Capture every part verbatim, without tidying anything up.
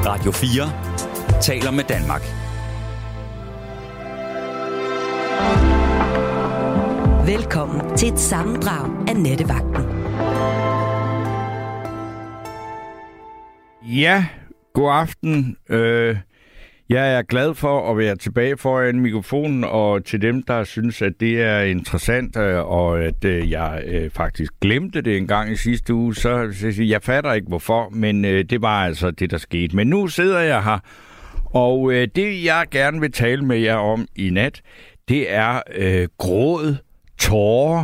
Radio fire taler med Danmark. Velkommen til et sammendrag af Nattevagten. Ja, god aften. Øh, jeg er glad for at være tilbage foran mikrofonen, og til dem, der synes, at det er interessant, og at øh, jeg øh, faktisk glemte det en gang i sidste uge, så, så jeg fatter ikke hvorfor, men øh, det var altså det, der skete. Men nu sidder jeg her, og øh, det, jeg gerne vil tale med jer om i nat, det er øh, gråd, tårer,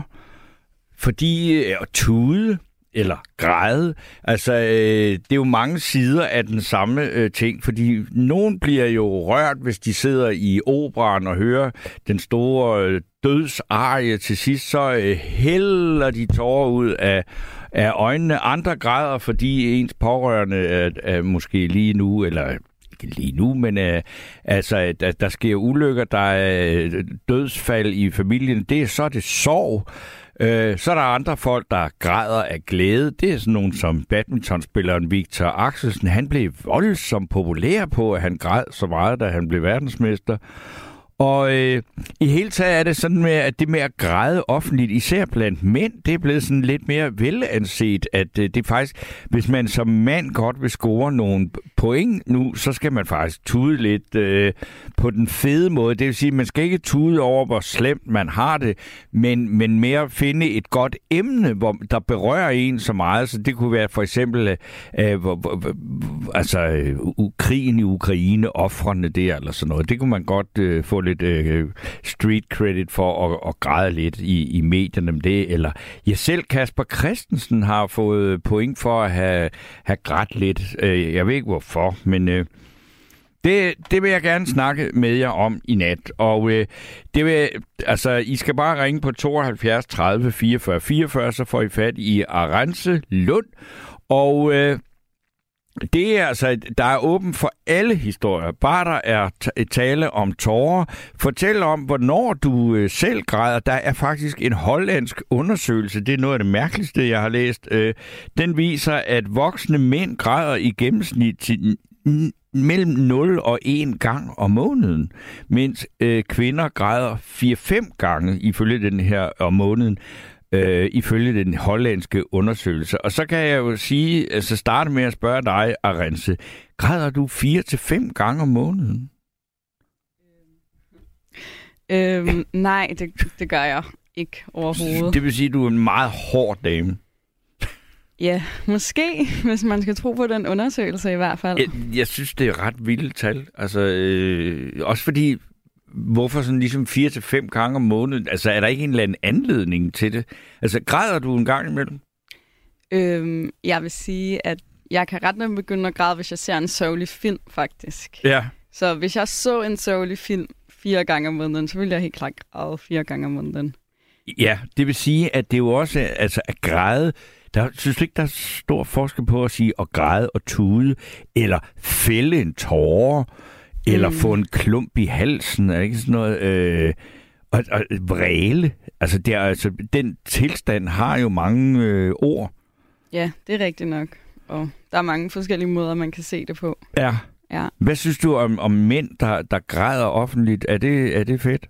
fordi øh, tude, eller græde. Altså, øh, det er jo mange sider af den samme øh, ting, fordi nogen bliver jo rørt, hvis de sidder i operaen og hører den store øh, dødsarie. Til sidst så øh, hælder de tårer ud af, af øjnene. Andre græder, fordi ens pårørende er, er måske lige nu, eller ikke lige nu, men øh, altså, der, der sker ulykker, der er dødsfald i familien. Det er så det sorg. Øh, så er der andre folk, der græder af glæde. Det er sådan nogen som badmintonspilleren Victor Axelsen. Han blev voldsomt populær på, at han græd så meget, da han blev verdensmester. Og øh, i hele taget er det sådan med, at det med at græde offentligt, især blandt mænd, det er blevet sådan lidt mere velanset, at øh, det er faktisk, hvis man som mand godt vil score nogle point nu, så skal man faktisk tude lidt øh, på den fede måde. Det vil sige, at man skal ikke tude over, hvor slemt man har det, men, men mere finde et godt emne, hvor der berører en så meget. Så det kunne være for eksempel øh, hvor, hvor, altså, øh, krigen i Ukraine, ofrene der, eller sådan noget. Det kunne man godt øh, få lidt øh, street credit for at, at græde lidt i, i medierne om det. Eller ja, selv Kasper Christensen har fået point for at have, have grædt lidt. Øh, jeg ved ikke hvorfor, men øh, det, det vil jeg gerne snakke med jer om i nat. Og øh, det vil, altså, I skal bare ringe på tooghalvfjerds tredive fireogfyrre fireogfyrre, så får I fat i Arance Lund. Og øh, det er altså, der er åben for alle historier. Bare der er t- tale om tårer. Fortæl om, hvornår du øh, selv græder. Der er faktisk en hollandsk undersøgelse. Det er noget af det mærkeligste, jeg har læst. Øh, den viser, at voksne mænd græder i gennemsnit til n- mellem nul og en gang om måneden, mens øh, kvinder græder fire til fem gange ifølge den her om måneden. Øh, ifølge den hollandske undersøgelse. Og så kan jeg jo sige, altså starte med at spørge dig, Arance, græder du fire til fem gange om måneden? Øhm, nej, det, det gør jeg ikke overhovedet. Det vil sige, at du er en meget hård dame. Ja, måske, hvis man skal tro på den undersøgelse i hvert fald. Jeg, jeg synes, det er ret vildt tal. Altså, øh, også fordi, hvorfor sådan ligesom fire til fem gange om måneden? Altså, er der ikke en eller anden anledning til det? Altså, græder du en gang imellem? Øhm, jeg vil sige, at jeg kan ret nemt begynde at græde, hvis jeg ser en sørgelig film, faktisk. Ja. Så hvis jeg så en sørgelig film fire gange om måneden, så ville jeg helt klart græde fire gange om måneden. Ja, det vil sige, at det er jo også, altså at græde, der synes ikke, der er stor forskel på at sige at græde og tude, eller fælde en tåre, eller mm. få en klump i halsen, er ikke sådan noget, øh, og, og vræle. Altså, det er, altså, den tilstand har jo mange øh, ord. Ja, det er rigtigt nok. Og der er mange forskellige måder, man kan se det på. Ja. Ja. Hvad synes du om, om mænd, der, der græder offentligt? Er det, er det fedt?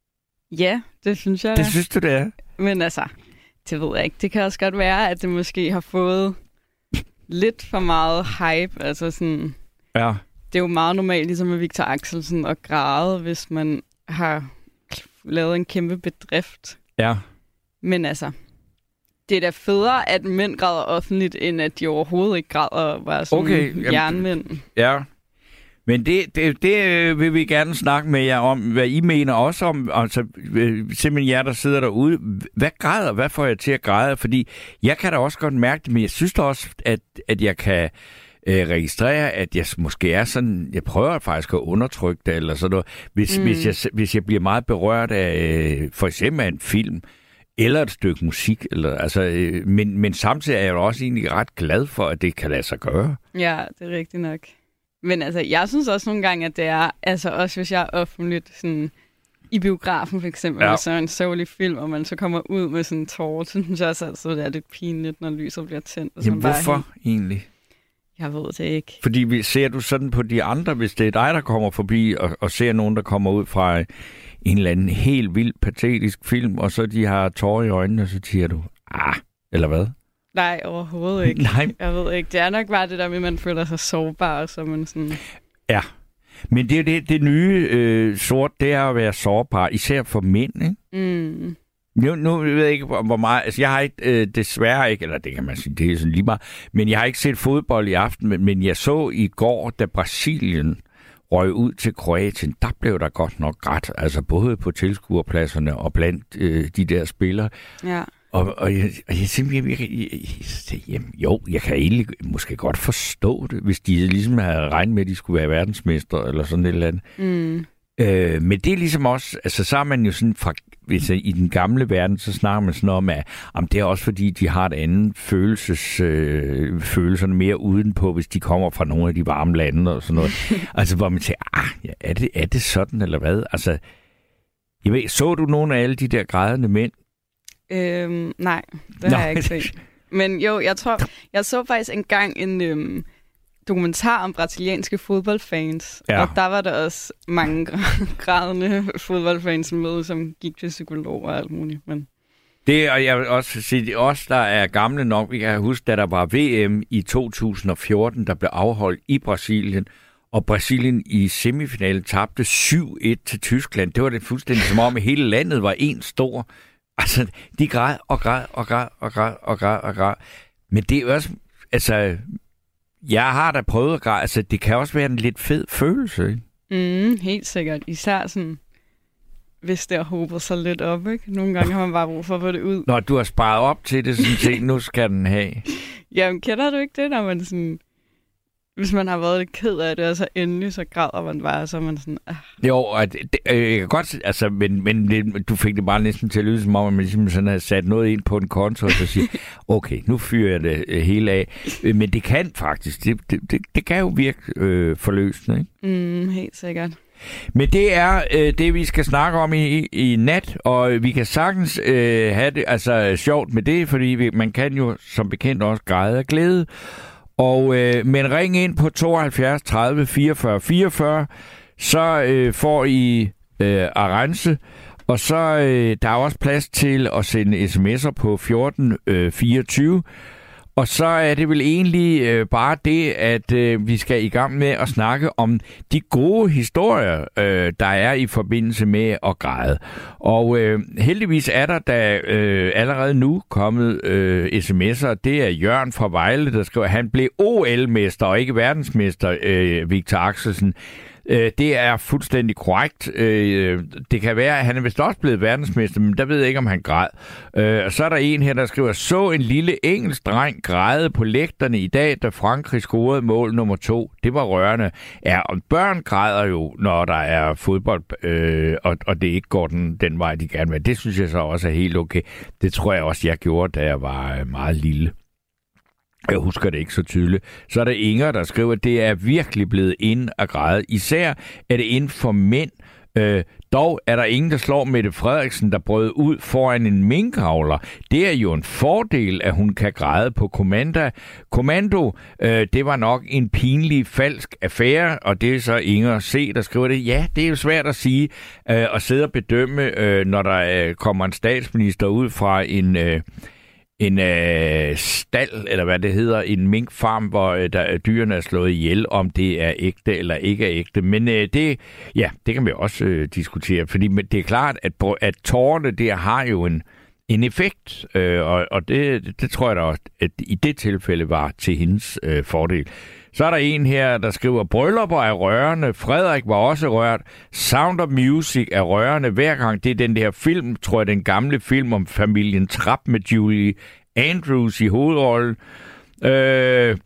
Ja, det synes jeg. Det da. synes du, det er? Men altså, det ved jeg ikke. Det kan også godt være, at det måske har fået lidt for meget hype. Altså sådan, ja. Det er jo meget normalt, ligesom med Victor Axelsen, at græde, hvis man har lavet en kæmpe bedrift. Ja. Men altså, det er da federe, at mænd græder offentligt, end at de overhovedet ikke græder, bare sådan okay, jernmænd. Ja. Men det, det, det vil vi gerne snakke med jer om, hvad I mener også om, altså simpelthen jer, der sidder derude. Hvad græder? Hvad får jeg til at græde? Fordi jeg kan da også godt mærke det, men jeg synes da også, at, at jeg kan øh, registrere, at jeg måske er sådan, jeg prøver faktisk at undertrykke det, eller sådan noget. Hvis, mm. hvis, jeg, hvis jeg bliver meget berørt af for eksempel af en film, eller et stykke musik, eller, altså, øh, men, men samtidig er jeg også egentlig ret glad for, at det kan lade sig gøre. Ja, det er rigtigt nok. Men altså, jeg synes også nogle gange, at det er, altså også hvis jeg er offentligt sådan, i biografen for eksempel, ja. Så en sørgelig film, og man så kommer ud med sådan en tårer, så synes jeg også, at det er lidt pinligt, når lyset bliver tændt. Og Jamen, bare hvorfor helt... egentlig? Jeg ved det ikke. Fordi vi, ser du sådan på de andre, hvis det er dig, der kommer forbi og, og ser nogen, der kommer ud fra en eller anden helt vild patetisk film, og så de har tårer i øjnene, og så siger du, ah, eller hvad? Nej, overhovedet ikke. Nej. Jeg ved ikke. Det er nok bare det der med, at man føler sig sårbar, så man sådan... Ja, men det er det, det nye øh, sort, det er at være sårbar, især for mænd, ikke? Mm. Nu, nu ved jeg ikke, hvor meget... Altså, jeg har ikke, øh, desværre ikke, eller det kan man sige, det er sådan lige meget, men jeg har ikke set fodbold i aften, men, men jeg så i går, da Brasilien røg ud til Kroatien, der blev der godt nok ret, altså både på tilskuerpladserne og blandt øh, de der spillere. Ja. Og, og, jeg, og jeg simpelthen, jeg, jeg, jeg, jeg, jo, jeg kan egentlig måske godt forstå det, hvis de ligesom havde regnet med, at de skulle være verdensmester eller sådan et eller andet. Mm. Øh, men det er ligesom også, altså så er man jo sådan fra, hvis i den gamle verden, så snakker man sådan om, at om det er også fordi, de har et andet følelses, øh, følelserne mere udenpå, hvis de kommer fra nogle af de varme lande og sådan noget. Altså hvor man siger, ah, ja, er, det, er det sådan eller hvad? Altså, jeg ved, så du nogle af alle de der grædende mænd? Øhm, nej, det har jeg ikke set. Men jo, jeg tror, jeg så faktisk engang en øhm, dokumentar om brasilianske fodboldfans. Ja. Og der var der også mange grædende fodboldfans med, som gik til psykologer og alt muligt. Men... Det, og jeg vil også sige, det er os, der er gamle nok. Vi kan huske, da der var V M i to tusind og fjorten, der blev afholdt i Brasilien, og Brasilien i semifinalen tabte syv et til Tyskland. Det var det fuldstændig som om, at hele landet var en stor... Altså, de græd og græd og græd og græd og græd og græd. Men det er jo også... Altså, jeg har da prøvet at græde. Altså, det kan også være en lidt fed følelse, ikke? Mm, helt sikkert. Især sådan, hvis det har hobet sig lidt op, ikke? Nogle gange har man bare brug for at få det ud. Når du har sparet op til det, sådan set, nu skal den have. Jamen, kender du ikke det, når man sådan... Hvis man har været lidt ked af det, og så endelig så græder man bare, så er man sådan... Ah. Jo, og det, det, jeg kan godt... Altså, men, men det, du fik det bare næsten til at lyde, som om, at man ligesom sådan havde sat noget ind på en konto, og så siger, okay, nu fyrer jeg det øh, hele af. Men det kan faktisk. Det, det, det, det kan jo virke øh, forløsende, ikke? Mm, helt sikkert. Men det er øh, det, vi skal snakke om i, i nat, og vi kan sagtens øh, have det altså sjovt med det, fordi vi, man kan jo som bekendt også græde af glæde. Og, øh, men ring ind på tooghalvfjerds tredive fireogfyrre fireogfyrre, så øh, får I øh, arrange, og så øh, der er også plads til at sende sms'er på fjorten fireogtyve. Og så er det vel egentlig øh, bare det, at øh, vi skal i gang med at snakke om de gode historier, øh, der er i forbindelse med at græde. Og øh, heldigvis er der da øh, allerede nu kommet øh, sms'er. Det er Jørgen fra Vejle, der skriver, at han blev O L-mester og ikke verdensmester, øh, Victor Axelsen. Det er fuldstændig korrekt. Det kan være, at han er vist også blevet verdensmester, men der ved jeg ikke, om han græd. Og så er der en her, der skriver, så en lille engelsk dreng græde på lægterne i dag, da Frankrig scorede mål nummer to. Det var rørende. Ja, og børn græder jo, når der er fodbold, og det ikke går den, den vej, de gerne vil. Det synes jeg så også er helt okay. Det tror jeg også, jeg gjorde, da jeg var meget lille. Jeg husker det ikke så tydeligt. Så er der Inger, der skriver, at det er virkelig blevet ind at græde. Især er det inden for mænd. Øh, dog er der ingen, der slår Mette Frederiksen, der brød ud foran en minkavler. Det er jo en fordel, at hun kan græde på kommando. Kommando, øh, det var nok en pinlig, falsk affære, og det er så Inger C., der skriver det. Ja, det er jo svært at sige, øh, at sidde og bedømme, øh, når der øh, kommer en statsminister ud fra en... Øh, en øh, stald, eller hvad det hedder, en minkfarm, hvor øh, der, dyrene er slået ihjel, om det er ægte eller ikke er ægte. Men øh, det, ja, det kan vi også øh, diskutere, fordi det er klart, at, at tårerne der har jo en, en effekt, øh, og, og det, det tror jeg da også, at i det tilfælde var til hendes øh, fordel. Så er der en her, der skriver, bryllupper er rørende. Frederik var også rørt. Sound of Music er rørende. Hver gang det er den der film, tror jeg, den gamle film om familien Trapp med Julie Andrews i hovedrollen. Øh,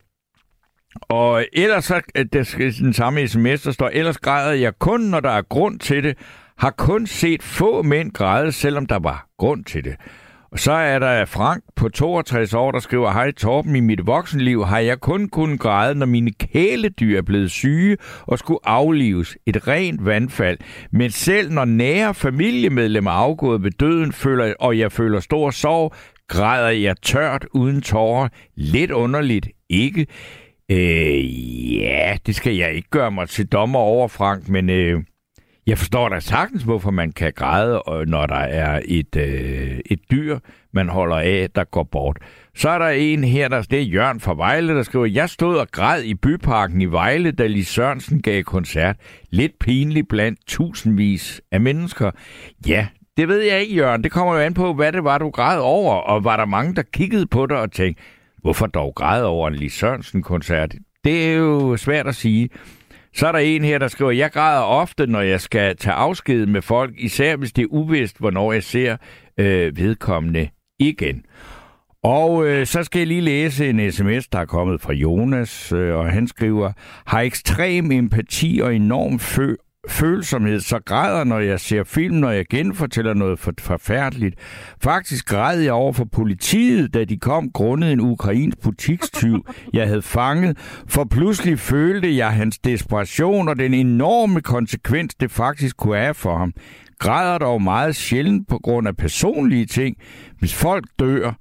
og ellers så, der skal den samme sms, der står, ellers græder jeg kun, når der er grund til det. Har kun set få mænd græde, selvom der var grund til det. Og så er der Frank på toogtres år, der skriver, hej Torben, i mit voksenliv har jeg kun kunnet græde, når mine kæledyr er blevet syge og skulle aflives. Et rent vandfald. Men selv når nære familiemedlemmer er afgået ved døden, føler, og jeg føler stor sorg, græder jeg tørt uden tårer. Lidt underligt, ikke? Øh, ja, det skal jeg ikke gøre mig til dommer over, Frank, men øh, jeg forstår da sagtens, hvorfor man kan græde, når der er et, øh, et dyr, man holder af, der går bort. Så er der en her, der det er Jørgen fra Vejle, der skriver, jeg stod og græd i byparken i Vejle, da Lis Sørensen gav koncert. Lidt pinligt blandt tusindvis af mennesker. Ja, det ved jeg ikke, Jørgen. Det kommer jo an på, hvad det var, du græd over. Og var der mange, der kiggede på dig og tænkte, hvorfor dog græd over en Lis Sørensen-koncert? Det er jo svært at sige. Så er der en her, der skriver, jeg græder ofte, når jeg skal tage afsked med folk, især hvis det er uvist, hvornår jeg ser øh, vedkommende igen. Og øh, så skal jeg lige læse en sms, der er kommet fra Jonas, øh, og han skriver, har ekstrem empati og enorm fø- følsomhed, så græder, når jeg ser film, når jeg genfortæller noget for- forfærdeligt. Faktisk græd jeg over for politiet, da de kom grundet en ukrainsk butikstyv, jeg havde fanget, for pludselig følte jeg hans desperation og den enorme konsekvens, det faktisk kunne have for ham. Græder dog meget sjældent på grund af personlige ting. Hvis folk dør,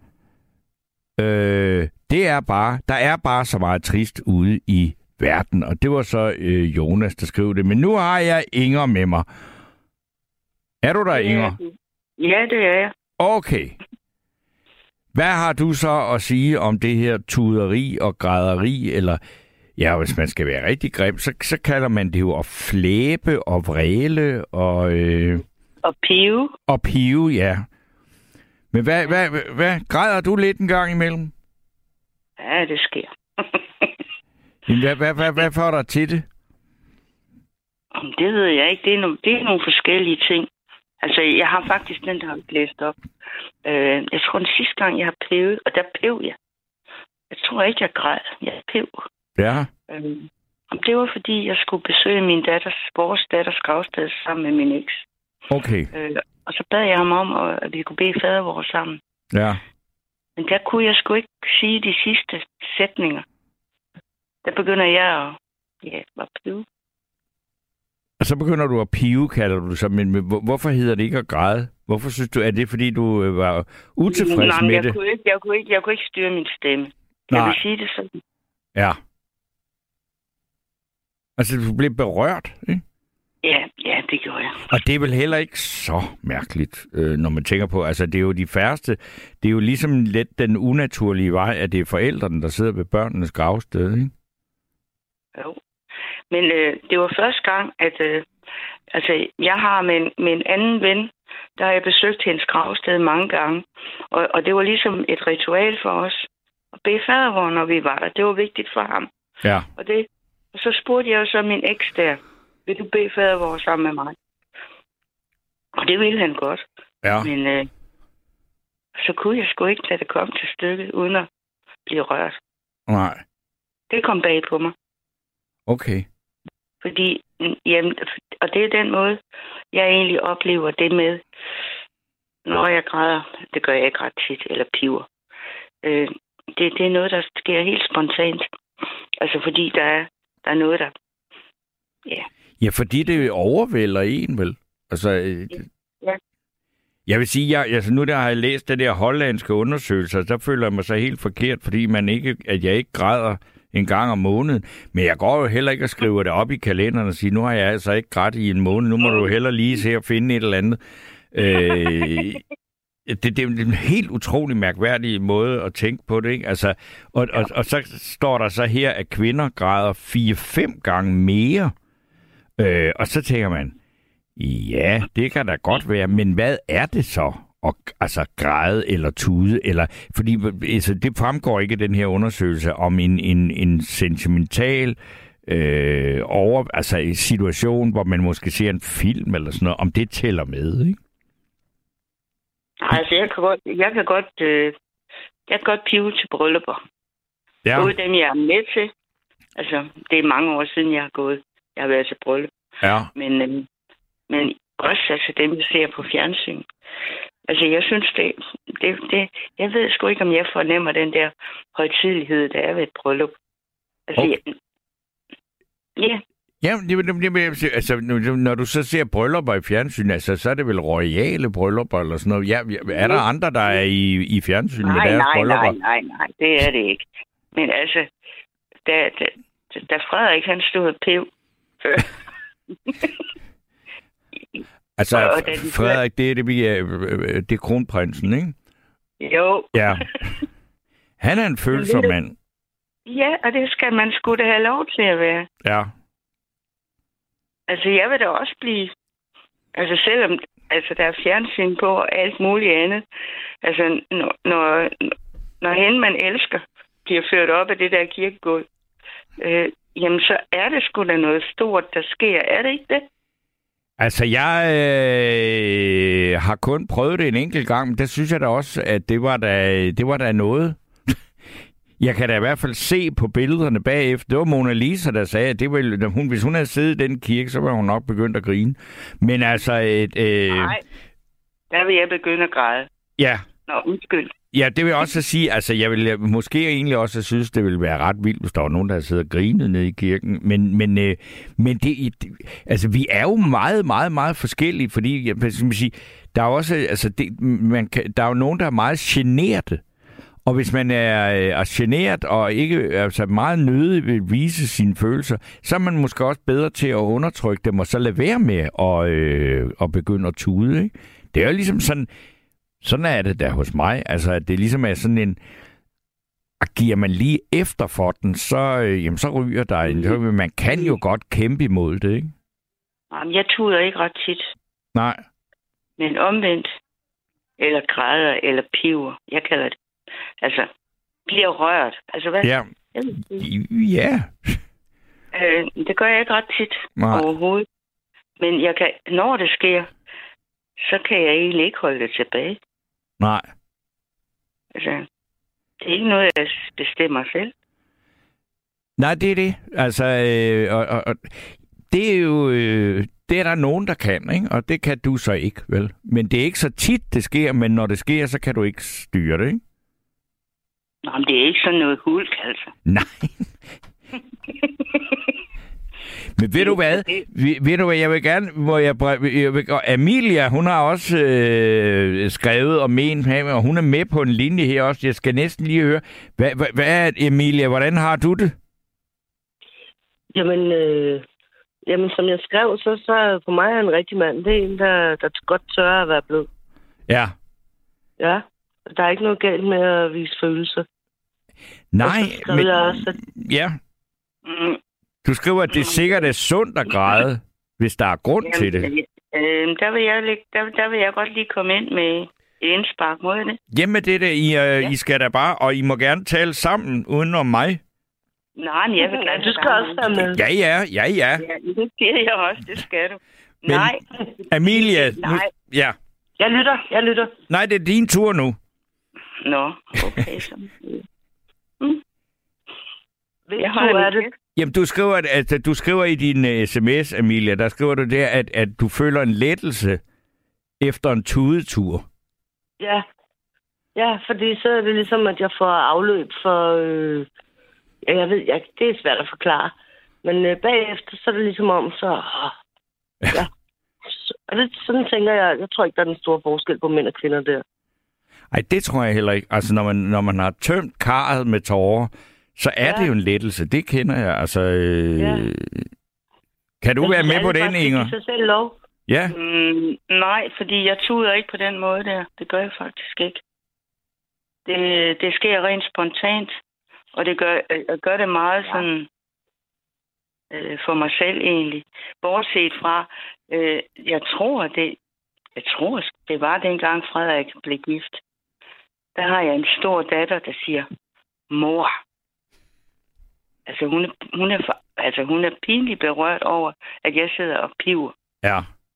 øh, det er bare, der er bare så meget trist ude i verden. Og det var så øh, Jonas, der skrev det. Men nu har jeg Inger med mig. Er du der, Inger? Ja, det er jeg. Okay. Hvad har du så at sige om det her tuderi og græderi, eller ja, hvis man skal være rigtig grim, så, så kalder man det jo at flæbe og vræle og... Øh, og pive. Og pive, ja. Men hvad, hvad, hvad, hvad græder du lidt en gang imellem? Ja, det sker. Hvad, hvad, hvad, hvad får dig til det? Det ved jeg ikke. Det er, no, det er nogle forskellige ting. Altså, jeg har faktisk den, der har læst op. Øh, jeg tror, den sidste gang, jeg har pevet, og der pev jeg. Jeg tror ikke, jeg græd. Jeg pev. Ja. Øh, det var, fordi jeg skulle besøge min datters, vores datters gravsted sammen med min eks. Okay. Øh, og så bad jeg ham om, at vi kunne bede fader vores sammen. Ja. Men der kunne jeg sgu ikke sige de sidste sætninger. Der begynder jeg at, ja, at pive. Og så begynder du at pive, kalder du det så. Men, men hvorfor hedder det ikke at græde? Hvorfor synes du, er det fordi, du øh, var utilfreds Nej, med jeg det? Kunne ikke, jeg, kunne ikke, jeg kunne ikke styre min stemme. Jeg Nej. vil sige det sådan. Ja. Altså, du blev berørt, ikke? Ja, ja, det gjorde jeg. Og det er vel heller ikke så mærkeligt, øh, når man tænker på, altså det er jo de færreste, det er jo ligesom lidt den unaturlige vej, at det er forældrene, der sidder ved børnenes gravsted, ikke? Jo. Men øh, det var første gang, at øh, altså, jeg har med en, med en anden ven, der har jeg besøgt hendes gravsted mange gange. Og, og det var ligesom et ritual for os at bede fadervor, når vi var der. Det var vigtigt for ham. Ja. Og, det, og så spurgte jeg jo så min eks der, vil du bede fadervor sammen med mig? Og det ville han godt. Ja. Men øh, så kunne jeg sgu ikke lade det komme til stykket, uden at blive rørt. Nej. Det kom bag på mig. Okay. Fordi, jamen, og det er den måde, jeg egentlig oplever det med, når jeg græder, det gør jeg ikke ret tit, eller piver. Øh, det, det er noget, der sker helt spontant. Altså fordi der er, der er noget, der... Ja. Ja, fordi det overvælder en, vel? Altså, ja. Jeg vil sige, jeg, altså nu der har jeg læst det der hollandske undersøgelser, så føler jeg mig så helt forkert, fordi man ikke, at jeg ikke græder en gang om måneden. Men jeg går jo heller ikke og skriver det op i kalenderen og siger, nu har jeg altså ikke grædt i en måned, nu må du jo heller lige se og finde et eller andet. Øh, det, det er en helt utrolig mærkværdig måde at tænke på det, ikke? Altså, og, og, og så står der så her, at kvinder græder fire-fem gange mere. Øh, og så tænker man, ja, det kan da godt være, men hvad er det så? Og, altså græde eller tude, eller, fordi altså, det fremgår ikke i den her undersøgelse om en, en, en sentimental øh, over, altså en situation, hvor man måske ser en film eller sådan noget, om det tæller med, ikke? Altså, jeg kan godt, jeg kan godt, øh, jeg kan godt pive til bryllupper. Ja. Både dem, jeg er med til. Altså, det er mange år siden, jeg har gået. Jeg har været til bryllup. Ja. Men, øh, men også altså, dem, jeg ser på fjernsyn. Altså, jeg synes, det, det, det... Jeg ved sgu ikke, om jeg fornemmer den der højtidelighed, der er ved et bryllup. Altså, okay. jeg, ja. Ja, det, det, det, altså, når du så ser bryllupper i fjernsyn, altså, så er det vel royale bryllupper eller sådan noget. Ja, er der andre, der er i, i fjernsyn nej, med deres nej, bryllupper? Nej, nej, nej, det er det ikke. Men altså, da, da, da Frederik, han stod og pev før. Altså, og, og Frederik, det er det, vi er, det er kronprinsen, ikke? Jo. Ja. Han er en følsom mand. Ja, og det skal man sgu da have lov til at være. Ja. Altså, jeg vil da også blive... Altså, selvom altså, der er fjernsyn på og alt muligt andet. Altså, når, når, når hende, man elsker, bliver ført op af det der kirkegulv, øh, jamen, så er det sgu da noget stort, der sker. Er det ikke det? Altså, jeg øh, har kun prøvet det en enkelt gang, men der synes jeg da også, at det var da, det var da noget. Jeg kan da i hvert fald se på billederne bagefter. Det var Mona Lisa, der sagde, at det ville, hun, hvis hun havde siddet i den kirke, så var hun nok begyndt at grine. Men altså... Et, øh... Nej, der vil jeg begynde at græde. Ja. Nå, undskyld. Ja, det vil jeg også sige, altså jeg vil måske egentlig også synes, det ville være ret vildt, hvis der var nogen, der sidder og grinet nede i kirken. Men, men, øh, men det, altså, vi er jo meget, meget, meget forskellige, fordi jeg, jeg sige, der er også, altså, det, man kan, der er jo nogen, der er meget generte. Og hvis man er, er generet og ikke altså meget nødig vil vise sine følelser, så er man måske også bedre til at undertrykke dem, og så lade være med at, øh, at begynde at tude. Ikke? Det er jo ligesom sådan, sådan er det der hos mig. Altså, at det ligesom er sådan en, at giver man lige efter for den, så, øh, jamen, så ryger der en. Man kan jo godt kæmpe imod det, ikke? Jamen, jeg tuder ikke ret tit. Nej. Men omvendt, eller græder, eller piver, jeg kalder det. Altså, bliver rørt. Altså, hvad? Ja. Ja. Øh, det gør jeg ikke ret tit. Nej. Overhovedet. Men jeg kan, når det sker, så kan jeg egentlig ikke holde det tilbage. Nej. Altså, det er ikke noget, jeg bestemmer selv. Nej, det er det. Altså, øh, og, og, og, det er jo... Øh, det er der nogen, der kan, ikke? Og det kan du så ikke, vel? Men det er ikke så tit, det sker, men når det sker, så kan du ikke styre det, ikke? Nå, men det er ikke sådan noget hulk, altså. Nej. Men ved du hvad? Ved du hvad, jeg vil gerne... Må jeg, jeg vil, Amelia, hun har også øh, skrevet og ment, og hun er med på en linje her også. Jeg skal næsten lige høre. Hvad, hvad, hvad er Amelia? Hvordan har du det? Jamen, øh, jamen som jeg skrev, så, så for mig er en rigtig mand. Det er en, der, der godt tør at være blød. Ja. Ja. Der er ikke noget galt med at vise følelser. Nej, men... Også, at... Ja. Mm. Du skriver, at det sikkert er sundt at græde, hvis der er grund Jamen, til det. Øh, der, vil jeg, der, der vil jeg godt lige komme ind med et indspark mod det. Jamen det der, I, uh, ja. I skal da bare, og I må gerne tale sammen uden om mig. Nej, men jeg vil gerne. Du skal også være med. Ja, ja, ja, ja. Ja, det siger jeg også, det skal du. Men, nej. Amelia, nej. Nu, ja. Jeg lytter, jeg lytter. Nej, det er din tur nu. Nå, okay så. Mm. Jeg har er det. Jamen, du skriver, at, at du skriver i din uh, sms, Amelia, der skriver du der, at, at du føler en lettelse efter en tudetur. Ja. Ja, fordi så er det ligesom, at jeg får afløb for... Øh, ja, jeg ved, jeg, det er svært at forklare. Men øh, bagefter, så er det ligesom om, så... Øh, ja. Og det, sådan tænker jeg, jeg tror ikke, der er den store forskel på mænd og kvinder der. Nej, det tror jeg heller ikke. Altså, når man, når man har tømt karret med tårer, så er ja. det jo en lettelse. Det kender jeg. Altså, øh... ja. Kan du jeg være med på den, Inger? Det selv lov. Ja. Mm, nej, fordi jeg tuder ikke på den måde der. Det gør jeg faktisk ikke. Det, det sker rent spontant, og det gør, jeg gør det meget sådan øh, for mig selv egentlig. Bortset fra, øh, jeg tror, det, jeg tror, det var dengang Frederik blev gift. Der har jeg en stor datter, der siger, mor. Altså hun er, hun er, altså, hun er pinligt berørt over, at jeg sidder og piver. Ja.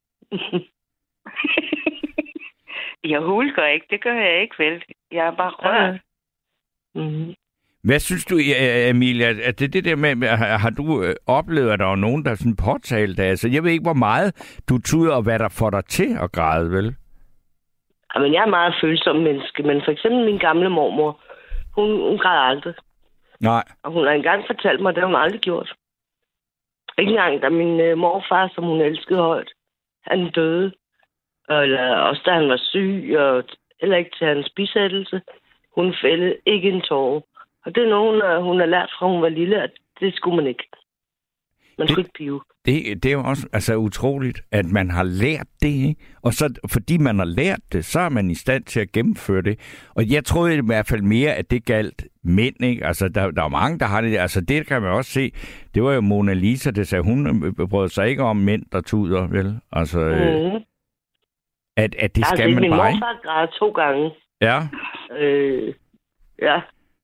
Jeg hulker ikke, det gør jeg ikke vel. Jeg er bare rørt. Mm-hmm. Hvad synes du, Amelia, at det det der med, har du oplevet, at der er nogen, der sådan påtalt det? Altså, jeg ved ikke, hvor meget du tuder, og hvad der får dig til at græde, vel? Jamen, jeg er meget følsom menneske, men for eksempel min gamle mormor, hun, hun græder aldrig. Nej. Og hun har engang fortalt mig, at det har hun aldrig gjort. Ikke engang, da min øh, morfar, som hun elskede højt, han døde. Eller også da han var syg, og heller ikke til hans bisættelse. Hun fældede ikke en tåre. Og det er noget, hun har, hun har lært fra, hun var lille, at det skulle man ikke. Man skulle det, ikke pive. Det, det er jo også altså, utroligt, at man har lært det, ikke? Og så, fordi man har lært det, så er man i stand til at gennemføre det. Og jeg troede i hvert fald mere, at det galt mænd, ikke? Altså, der, der er mange, der har det. Altså, det kan man også se. Det var jo Mona Lisa, der sagde, hun brød sig ikke om mænd, der tuder, vel? Altså, mm. øh, at, at det skal man bare ikke. Min morfar græd to gange. Ja. Øh, ja.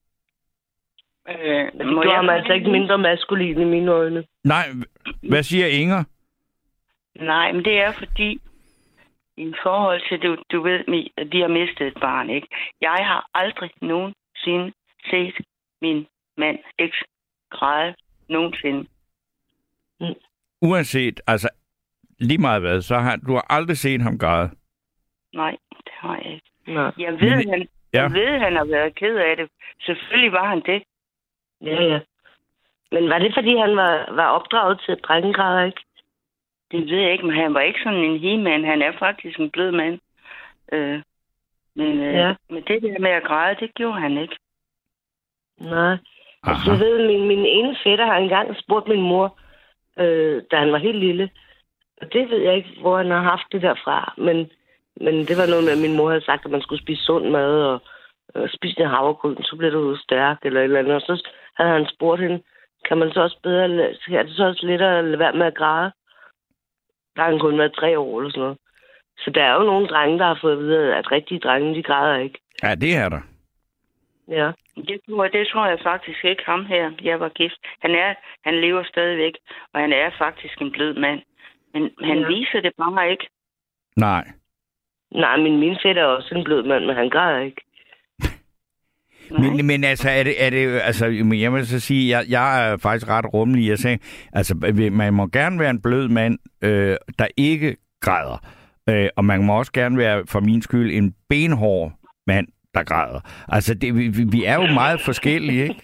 Øh, Men du har mig altså ikke mindre maskulin i mine øjne. Nej, hvad siger Inger? Nej, men det er fordi, i forhold til, du, du ved, at de har mistet et barn, ikke? Jeg har aldrig nogensinde set min mand eks græde nogensinde. Mm. Uanset, altså lige meget hvad, så har du har aldrig set ham græde? Nej, det har jeg ikke. Nej. Jeg ved, men, han, ja. jeg ved, han har været ked af det. Selvfølgelig var han det. Ja, ja. Men var det, fordi han var, var opdraget til drengegræder, ikke? Det ved jeg ikke, men han var ikke sådan en he-man. Han er faktisk en blød mand. Øh, men, øh, ja. men det der med at græde, det gjorde han ikke. Nej. Altså, jeg ved, min, min ene fætter har engang spurgt min mor, øh, da han var helt lille. Og det ved jeg ikke, hvor han har haft det derfra. Men, men det var noget med, at min mor havde sagt, at man skulle spise sund mad og øh, spise en havregryn, så bliver du stærk eller et eller andet. Og så havde han spurgt hende, kan man så også bedre, er det så også lettere at lade være med at græde? Der har han kun været tre år eller sådan noget. Så der er jo nogle drenge, der har fået at vide, at rigtige drenge, de græder ikke. Ja, det er der. Ja. Det tror, jeg, det tror jeg faktisk ikke ham her. Jeg var gift. Han er, han lever stadigvæk, og han er faktisk en blød mand. Men han ja. viser det bare ikke. Nej. Nej, men min fætter er også en blød mand, men han græder ikke. Men, men altså, er det, er det, altså, jeg vil så sige, jeg, jeg er faktisk ret rummelig. Jeg sagde, altså, man må gerne være en blød mand, øh, der ikke græder. Øh, og man må også gerne være, for min skyld, en benhård mand, der græder. Altså, det, vi, vi er jo meget forskellige, ikke?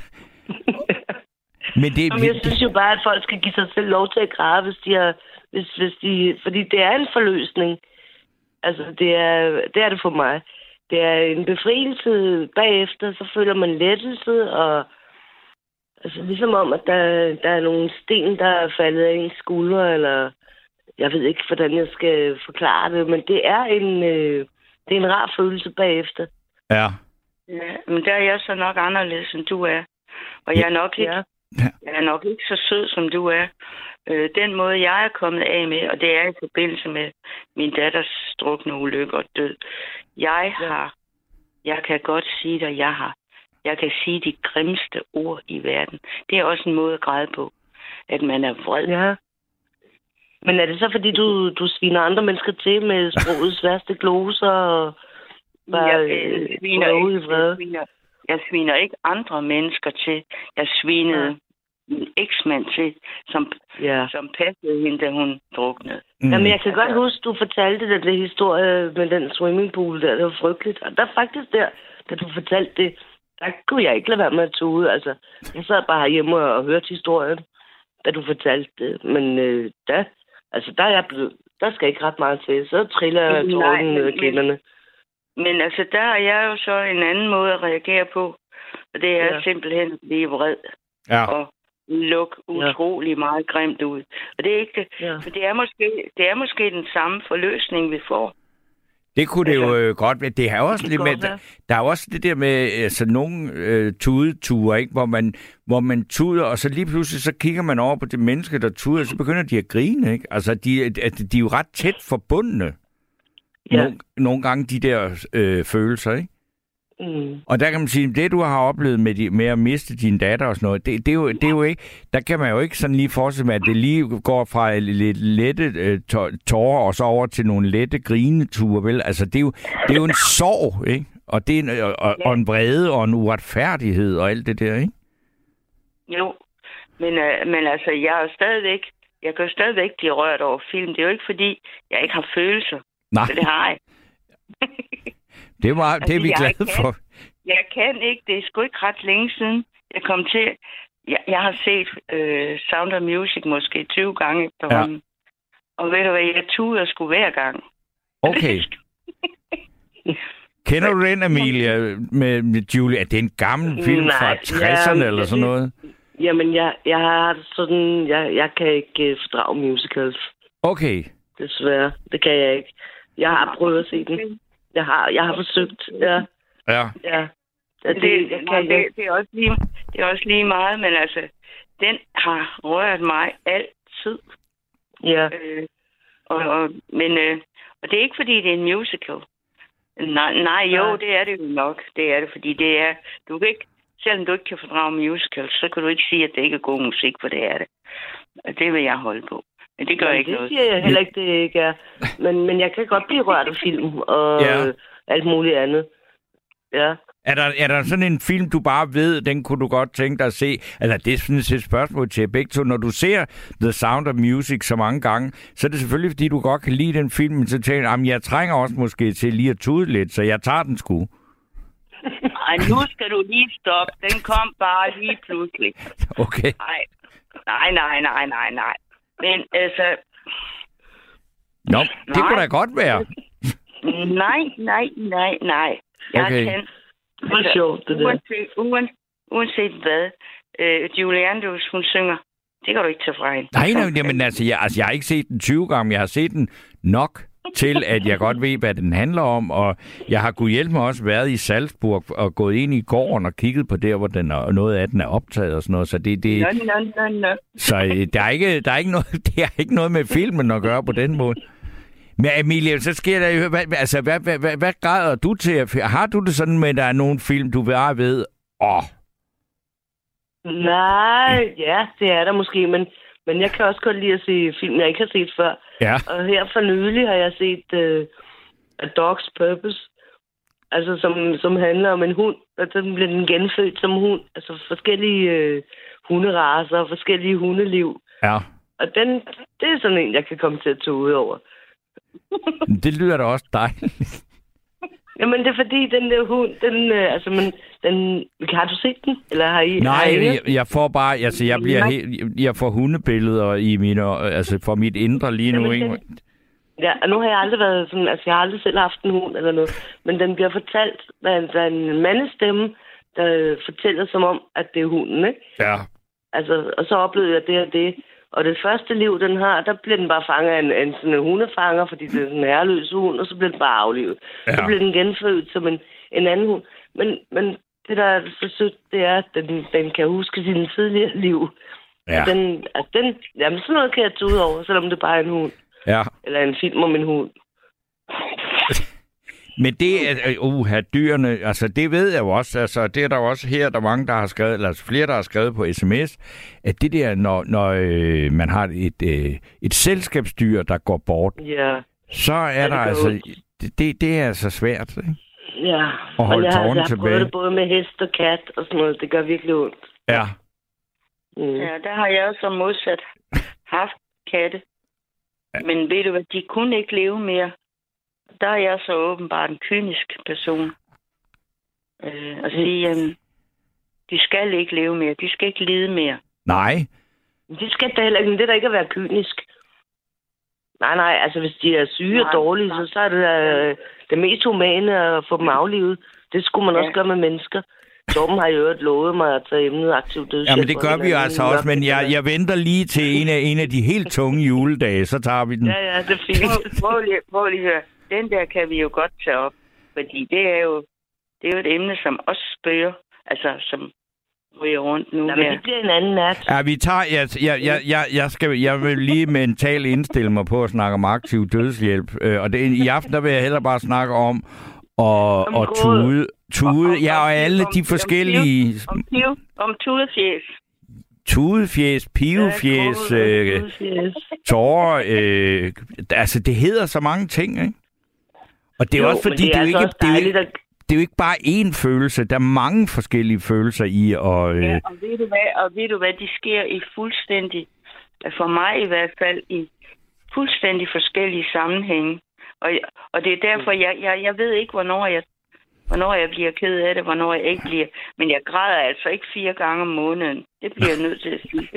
Men det, Jamen, jeg synes jo bare, at folk skal give sig selv lov til at græde, hvis de har, hvis, hvis de, fordi det er en forløsning. Altså, det er, det er det for mig. Det er en befrielse bagefter, så føler man lettelse, og altså ligesom om, at der, der er nogle sten, der er faldet af ens skuldre, eller jeg ved ikke, hvordan jeg skal forklare det, men det er en, øh, det er en rar følelse bagefter. Ja. Ja, men der er jeg så nok anderledes, end du er. Og jeg er nok ikke, ja. jeg er nok ikke så sød, som du er. Øh, den måde, jeg er kommet af med, og det er i forbindelse med min datters strukne ulykke og død. Jeg har, jeg kan godt sige dig, jeg har, jeg kan sige de grimmeste ord i verden. Det er også en måde at græde på, at man er vred. Ja. Men er det så, fordi du, du sviner andre mennesker til med sprogets værste gloser og bare jeg, jeg, sviner øh, ikke, jeg, sviner, jeg sviner ikke andre mennesker til. Jeg svinede ja. min eksmand til, som, ja. som passede hende, da hun druknede. Mm. Jamen, jeg kan godt huske, du fortalte den der historie med den swimmingpool der. Det var frygteligt. Og der faktisk der, da du fortalte det, der kunne jeg ikke lade være med at tude. Altså, jeg sad bare herhjemme og hørte historien, da du fortalte det. Men øh, der, altså, der er jeg blevet, der skal ikke ret meget til. Så triller tårnen ned ad kinderne. Men altså, der er jeg jo så en anden måde at reagere på. Og det er ja. simpelthen at blive vred. Ja. Og lukke utrolig ja. meget grimt ud. Og det er ikke det. Ja. For det er, måske, det er måske den samme forløsning, vi får. Det kunne det altså, jo øh, godt være. Det er også det med, der, der er også det der med altså, nogle øh, tudeture, ikke? Hvor man, hvor man tuder, og så lige pludselig så kigger man over på det menneske, der tuder, og så begynder de at grine. Ikke? Altså, de, de er jo ret tæt forbundne. Ja. Nogle, nogle gange de der øh, følelser, ikke? Mm. Og der kan man sige, det du har oplevet med, de, med at miste din datter og sådan noget, det, det, er jo, det er jo ikke, der kan man jo ikke sådan lige forestille med, at det lige går fra lidt lette øh, tårer og så over til nogle lette grineture, vel? Altså det er jo, det er jo en sorg, ikke? Og, det er en, og, og en vrede og en uretfærdighed og alt det der, ikke? Jo, men, øh, men altså, jeg er jo stadigvæk, jeg kan jo stadigvæk blive rørt over film. Det er jo ikke fordi, jeg ikke har følelser. Nej. Så det har jeg. Det er, meget, altså, det er vi glade kan, for. Jeg kan ikke. Det er sgu ikke ret længe siden, jeg kom til. Jeg, jeg har set uh, Sound of Music måske tyve gange efterhånden. Ja. Og ved du hvad, jeg tuder sgu hver gang. Okay. Kender du den, Amelia, med, med Julie? Er det en gammel film Nej, fra tresserne ja, eller sådan noget? Jamen, jeg, jeg har sådan... Jeg, jeg kan ikke uh, fordrage musicals. Okay. Desværre. Det kan jeg ikke. Jeg har prøvet at se den. Jeg har, jeg har forsøgt, ja. Ja. Ja. Det, det, det, det, det, er også lige, det er også lige meget, men altså, den har rørt mig altid. Ja. Øh, og, og, men, øh, og det er ikke, fordi det er en musical. Nej, nej, jo, ja. Det er det jo nok. Det er det, fordi det er... Du kan ikke, selvom du ikke kan fordrage musicals, så kan du ikke sige, at det ikke er god musik, for det er det. Og det vil jeg holde på. Men det gør men ikke det noget. Det siger jeg heller ikke, det ikke er. Men, men jeg kan godt blive rørt af film og ja. alt muligt andet. Ja. Er der, er der sådan en film, du bare ved, den kunne du godt tænke dig at se? Eller det er sådan et spørgsmål til begge to. Når du ser The Sound of Music så mange gange, så er det selvfølgelig, fordi du godt kan lide den film, men så tænker jeg, jeg trænger også måske til lige at tude lidt, så jeg tager den sgu. Ej, nu skal du lige stoppe. Den kom bare lige pludselig. Okay. Nej, nej, nej, nej, nej, nej. Men altså... Nå, det nej. Kunne da godt være. Nej, nej, nej, nej. Jeg okay. kan... Det er sjovt, det der. Uanset, uanset, uanset hvad, øh, Julie Andrews, hun synger, det kan du ikke tage fra hende. Nej, nej, men altså jeg, altså, jeg har ikke set den tyve gange, jeg har set den nok til, at jeg godt ved, hvad den handler om, og jeg har kunne hjælpe mig også været i Salzburg og gået ind i gården og kigget på der, hvor den er, noget af den er optaget og sådan noget, så det... det no, no, no, no. Så der er, ikke, der, er ikke noget, det er ikke noget med filmen at gøre på den måde. Men Emilie, så sker der jo... Hvad, altså, hvad, hvad, hvad, hvad græder du til? Har du det sådan med, at der er nogle film, du bare ved... Åh... Oh. Nej, ja, det er der måske, men, men jeg kan også godt lide at se film, jeg ikke har set før. Ja. Og her for nylig har jeg set uh, A Dog's Purpose, altså som, som handler om en hund, og så bliver den genfødt som hund. Altså forskellige uh, hunderacer og forskellige hundeliv. Ja. Og den, det er sådan en, jeg kan komme til at tage ud over. Det lyder da også dejligt. Jamen, det er fordi, den der hund, den, øh, altså, men, den, har du set den? Eller har I? Nej, har I jeg, jeg får bare, altså, jeg bliver helt, jeg får hundebilleder i mine, altså, for mit indre lige nu, Jamen, ikke? Den, ja, og nu har jeg aldrig været sådan, altså, jeg har aldrig selv haft en hund eller noget, men den bliver fortalt, der er en mandestemme, der fortæller som om, at det er hunden, ikke? Ja. Altså, og så oplevede jeg det og det. Og det første liv, den har, der bliver den bare fanget af en, en sådan en hundefanger, fordi det er sådan en herreløs hund, og så bliver den bare aflivet. Ja. Så bliver den genfødt som en, en anden hund. Men, men det, der er så sødt, det er, at den, den kan huske sine tidligere liv. Ja. Og den, altså den, jamen sådan noget kan jeg tage ud over, selvom det bare er en hund. Ja. Eller en film om en hund. Men det er, uh, dyrene, altså det ved jeg jo også, altså det er der jo også her, der er mange, der har skrevet, eller altså flere, der har skrevet på sms, at det der, når, når øh, man har et, øh, et selskabsdyr, der går bort, ja. så er ja, der altså, det, det, det er altså svært, ikke? Ja, at holde jeg, tårerne jeg tilbage. har prøvet det både med hest og kat og sådan noget, det gør virkelig ondt. Ja. Mm. Ja, der har jeg også modsat haft katte. Ja. Men ved du hvad, de kunne ikke leve mere. Der er jeg så åbenbart en kynisk person. Øh, at sige, at de skal ikke leve mere. De skal ikke lide mere. Nej. De skal da heller ikke. Det er da ikke at være kynisk. Nej, nej. Altså, hvis de er syge nej, og dårlige, nej. så, så er det uh, det mest humane at få dem aflivet. Det skulle man ja. også gøre med mennesker. Torben har jo øvrigt lovet mig at tage emnet aktivt dødshjælp. Ja, men det gør vi jo altså også, men jeg, jeg venter lige til en af, en af de helt tunge juledage, så tager vi den. Ja, ja, det er fint. Prøv, prøv, lige, prøv lige at høre. Den der kan vi jo godt tage op, fordi det er jo, det er jo et emne, som også spørger, altså som ryger rundt nu. Ja, men det bliver en anden nat. Ja, vi tager, jeg, jeg, jeg, jeg, jeg, skal, jeg vil lige mentalt indstille mig på at snakke om aktiv dødshjælp, øh, og det, i aften der vil jeg heller bare snakke om og, og tude, tude, ja, og alle de forskellige... Om, om, om tudefjæs. Tudefjæs, pivefjæs, øh, tårer, øh, altså det hedder så mange ting, ikke? Og det er jo, også fordi, det er, det, er jo ikke, det, er ikke, det er jo ikke bare én følelse, der er mange forskellige følelser i. Og, øh... ja, og ved du hvad, og ved du hvad, de sker i fuldstændig, for mig i hvert fald, i fuldstændig forskellige sammenhænge. Og, og det er derfor, jeg, jeg, jeg ved ikke, hvornår jeg, hvornår jeg bliver ked af det, hvornår jeg ikke bliver. Men jeg græder altså ikke fire gange om måneden. Det bliver jeg nødt til at sige.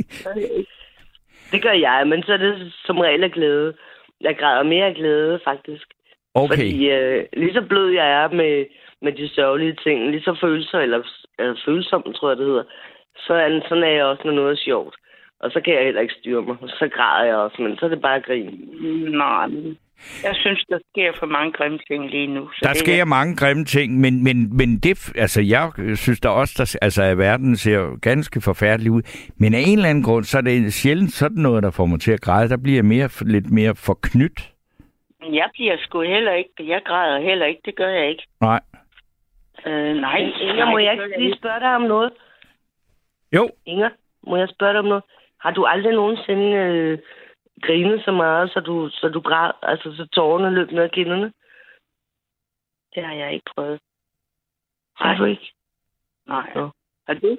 Det gør jeg, men så er det som regel af glæde. Jeg græder mere af glæde, faktisk. Okay. Fordi øh, lige så blød jeg er med, med de sørgelige ting, lige så følelser, eller øh, følsomt, tror jeg, det hedder, Så er, sådan er jeg også, når noget er sjovt. Og så kan jeg heller ikke styre mig. Så græder jeg også, men så er det bare grin. Nej, jeg synes, der sker for mange grimme ting lige nu. Så der det sker er... mange grimme ting, men, men, men det, altså, jeg synes der også, der, altså, at verden ser ganske forfærdelig ud. Men af en eller anden grund, så er det sjældent sådan noget, der får mig til at græde. Der bliver jeg mere, lidt mere forknyt. Jeg bliver sgu heller ikke. Jeg græder heller ikke. Det gør jeg ikke. Nej. Øh, nej. Inger, må jeg ikke lige spørge dig om noget? Jo. Inger, må jeg spørge dig om noget? Har du aldrig nogensinde øh, grinet så meget, så du, så du græd, altså så tårerne løb ned ad kinderne? Det har jeg ikke prøvet. Har du ikke? Nej. Nå. Har du?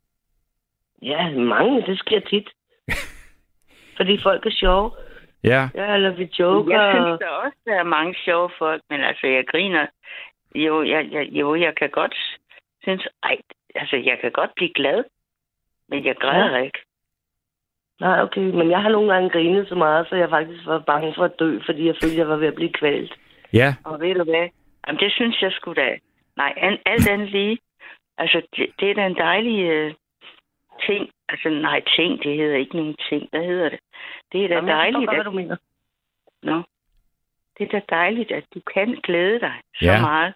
Ja, mange. Det sker tit. Fordi folk er sjove. Ja. Ja, eller vi joker. Jeg synes der også, der er mange sjove folk, men altså, jeg griner. Jo, jeg, jeg, jo, jeg kan godt synes, ej, altså, jeg kan godt blive glad, men jeg græder ja. ikke. Nej, okay, men jeg har nogle gange grinet så meget, så jeg faktisk var bange for at dø, fordi jeg følte, jeg var ved at blive kvalt. Ja. Og ved du hvad? Jamen, det synes jeg sgu da. Nej, alt andet lige. Altså, det, det er da en dejlig uh, ting. Altså, nej, ting, det hedder ikke nogen ting. Hvad hedder det? Det er da Jamen, dejligt. Jeg forstår, at... hvad du mener. Nå. Det er da dejligt, at du kan glæde dig så ja. meget.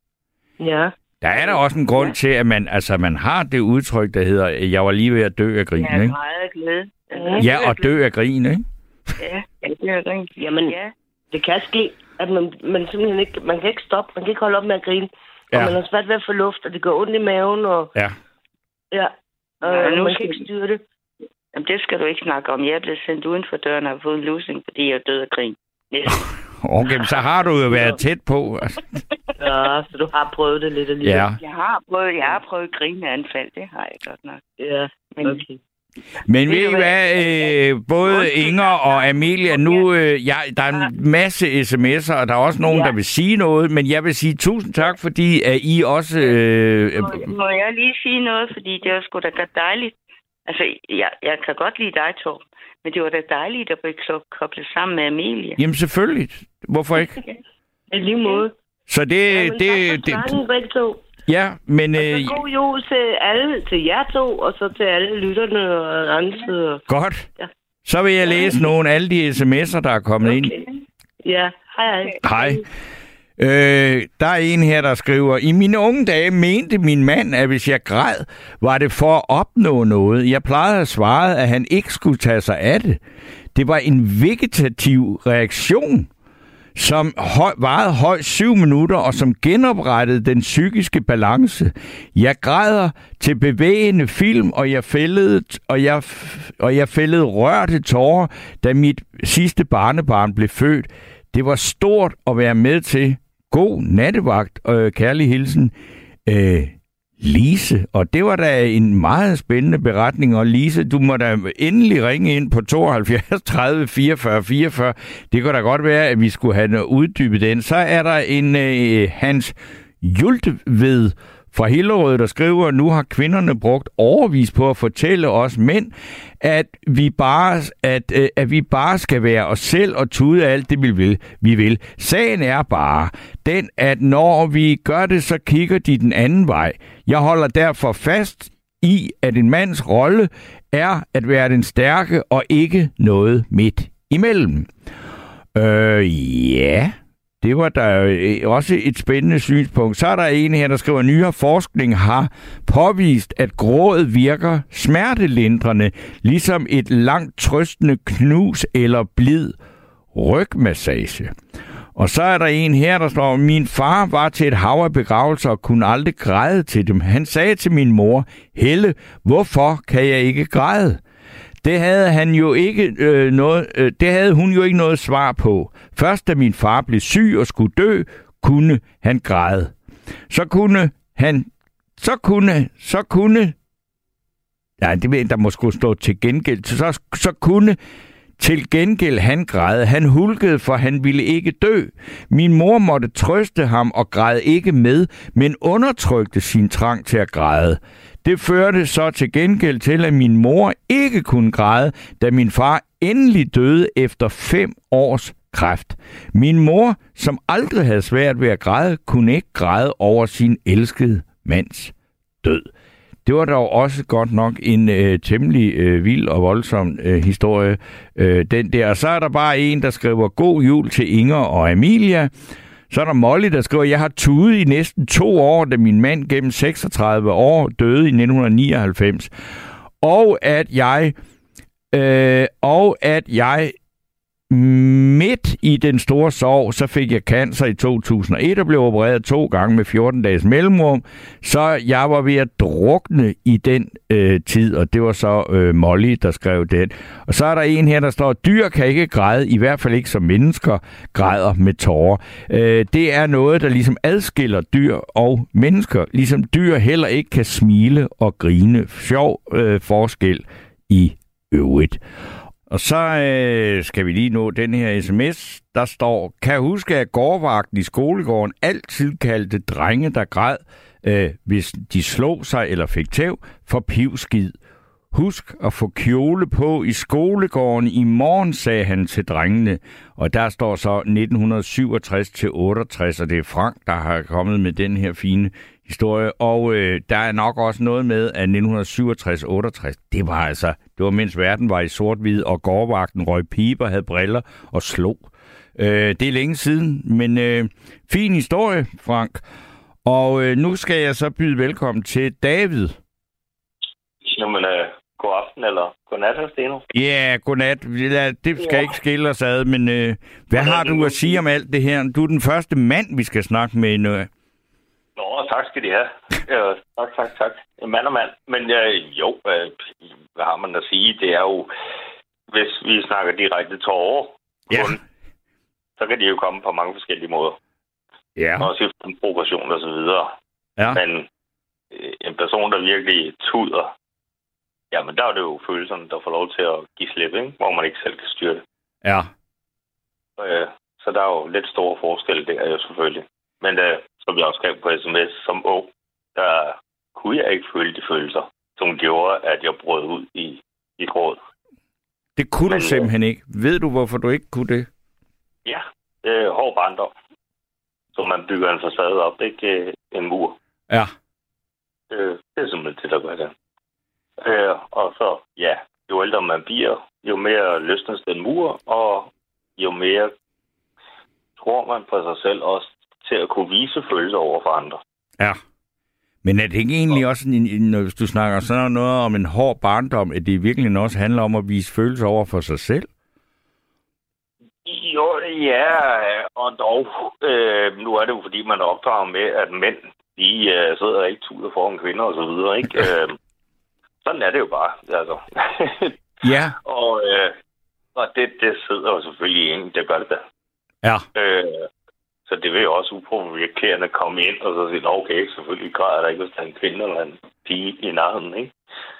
Ja. Der er der også en grund ja. til, at man, altså, man har det udtryk, der hedder, jeg var lige ved at dø af grin, ja, ikke? meget glæde. Ja, og dø af grin, ikke? Ja, ja, det er grin. Jamen, ja. det kan ske, at man, man simpelthen ikke, man kan ikke stoppe, man kan ikke holde op med at grine. Ja. Og man har svært ved at få luft, og det går ondt i maven, og... Ja. Ja, og ja, nu man skal kan ikke styre det. Jamen, det skal du ikke snakke om. Jeg er blevet sendt uden for døren og har fået en losing, fordi jeg er død af grin. Yes. Okay, så har du jo været tæt på. Ja, så du har prøvet det lidt alligevel. Ja. Jeg har prøvet, jeg har prøvet grineanfald, det har jeg godt nok. Ja, Men, okay. Men ved I hvad, øh, både Inger og Amelia, nu, øh, jeg, der er en masse sms'er, og der er også nogen, ja. der vil sige noget, men jeg vil sige tusind tak, fordi at I også... Øh, må, må jeg lige sige noget, fordi det var sgu da dejligt. Altså, jeg, jeg kan godt lide dig, Torben, men det var da dejligt at blive koblet sammen med Amelia. Jamen selvfølgelig. Hvorfor ikke? I lige måde. Så det... Ja, men det, tak for det, to. Ja, men... Og Øh, så god jul til alle, til jer to, og så til alle lytterne og andre. Godt. Ja. Så vil jeg læse nogle af alle de sms'er, der er kommet okay. ind. Ja, hej hej. Hej. Øh, der er en her, der skriver, i mine unge dage mente min mand, at hvis jeg græd, var det for at opnå noget. Jeg plejede at svare, at han ikke skulle tage sig af det. Det var en vegetativ reaktion, som høj, varede højst syv minutter, og som genoprettede den psykiske balance. Jeg græder til bevægende film, og jeg fældede, og jeg, og jeg fældede rørte tårer, da mit sidste barnebarn blev født. Det var stort at være med til. God nattevagt, og kærlig hilsen, øh, Lise. Og det var da en meget spændende beretning. Og Lise, du må da endelig ringe ind på tooghalvfjerds tredive fireogfyrre fireogfyrre. Det kunne da godt være, at vi skulle have uddybet den. Så er der en øh, Hans Jultved fra Hillerød, der skriver, nu har kvinderne brugt overvis på at fortælle os mænd, at vi bare, at, øh, at vi bare skal være os selv og tude alt det, vi vil. vi vil. Sagen er bare den, at når vi gør det, så kigger de den anden vej. Jeg holder derfor fast i, at en mands rolle er at være den stærke og ikke noget midt imellem. Øh, ja... Det var der også et spændende synspunkt. Så er der en her, der skriver, at nyere forskning har påvist, at gråd virker smertelindrende, ligesom et langt trøstende knus eller blid rygmassage. Og så er der en her, der står, min far var til et hav af begravelser og kunne aldrig græde til dem. Han sagde til min mor, Helle, hvorfor kan jeg ikke græde? Det havde han jo ikke øh, noget, øh, det havde hun jo ikke noget svar på. Først da min far blev syg og skulle dø, kunne han græde. Så kunne han, så kunne, så kunne, ja, det ved der måske stå til gengæld, så, så kunne til gengæld han græde. Han hulkede, for han ville ikke dø. Min mor måtte trøste ham og græd ikke med, men undertrykte sin trang til at græde. Det førte så til gengæld til, at min mor ikke kunne græde, da min far endelig døde efter fem års kræft. Min mor, som aldrig havde svært ved at græde, kunne ikke græde over sin elskede mands død. Det var dog også godt nok en øh, temmelig øh, vild og voldsom øh, historie, øh, den der. Og så er der bare en, der skriver, god jul til Inger og Amelia. Så er der Molly, der skriver, jeg har tudet i næsten to år, da min mand gennem seksogtredive år døde i nitten nioghalvfems. Og at jeg... Øh, og at jeg midt i den store sorg, så fik jeg cancer i to tusind og et og blev opereret to gange med fjorten dages mellemrum. Så jeg var ved at drukne i den øh, tid, og det var så øh, Molly, der skrev den. Og så er der en her, der står, dyr kan ikke græde, i hvert fald ikke som mennesker græder med tårer. Øh, det er noget, der ligesom adskiller dyr og mennesker, ligesom dyr heller ikke kan smile og grine. Sjov øh, forskel i øvrigt. Og så øh, skal vi lige nå den her sms, der står, kan huske, at gårdvagten i skolegården altid kaldte drenge, der græd, øh, hvis de slog sig eller fik tæv, for pivskid. Husk at få kjole på i skolegården i morgen, sagde han til drengene. Og der står så nitten syvogtres til otteogtres, og det er Frank, der har kommet med den her fine historie. Og øh, der er nok også noget med, at nitten syvogtres til otteogtres, det var altså, det var mens verden var i sort-hvid, og gårdvagten røg piber, havde briller og slog. Øh, det er længe siden, men øh, fin historie, Frank. Og øh, nu skal jeg så byde velkommen til David. Jamen, øh, god aften eller godnat, her, Steno. Ja, yeah, godnat. Det skal ja. ikke skille os ad, men øh, hvad har du at sige om alt det her? Du er den første mand, vi skal snakke med nu. Nå, tak skal de have. Ja, tak, tak, tak. Mand og mand. Men øh, jo, øh, hvad har man at sige? Det er jo, hvis vi snakker direkte tårer, ja. kun, så kan de jo komme på mange forskellige måder. Ja. Også i en progression og så videre. Ja. Men øh, en person, der virkelig tuder, jamen der er det jo følelserne, der får lov til at give slip, ikke? Hvor man ikke selv kan styre det. Ja. Øh, så der er jo lidt store forskelle der jo selvfølgelig. Men øh, som jeg også skrev på sms, som ung, der kunne jeg ikke føle de følelser, som gjorde, at jeg brød ud i, i gråd. Det kunne Men, du simpelthen ikke. Ved du, hvorfor du ikke kunne det? Ja, det er hård barndom. Så man bygger en facade op, ikke en mur. Ja. Øh, det er simpelthen det, der gør det. Øh, og så, ja, jo ældre man bliver, jo mere løsnes den mur, og jo mere tror man på sig selv også til at kunne vise følelser over for andre. Ja. Men er det ikke egentlig også, når du snakker sådan noget om en hård barndom, at det virkelig også handler om at vise følelser over for sig selv? Jo, ja, og dog. Øh, nu er det jo, fordi man er opdraget med, at mænd, de øh, sidder ikke tuder foran kvinder og så videre, ikke? Øh, sådan er det jo bare, altså. Ja. og øh, og det, det sidder jo selvfølgelig ind, det gør det da. Ja. Øh, så det vil jo også uprovokerende komme ind og så sige, okay, selvfølgelig græder der ikke, hvis der er en kvinde eller en pige i nærheden, ikke?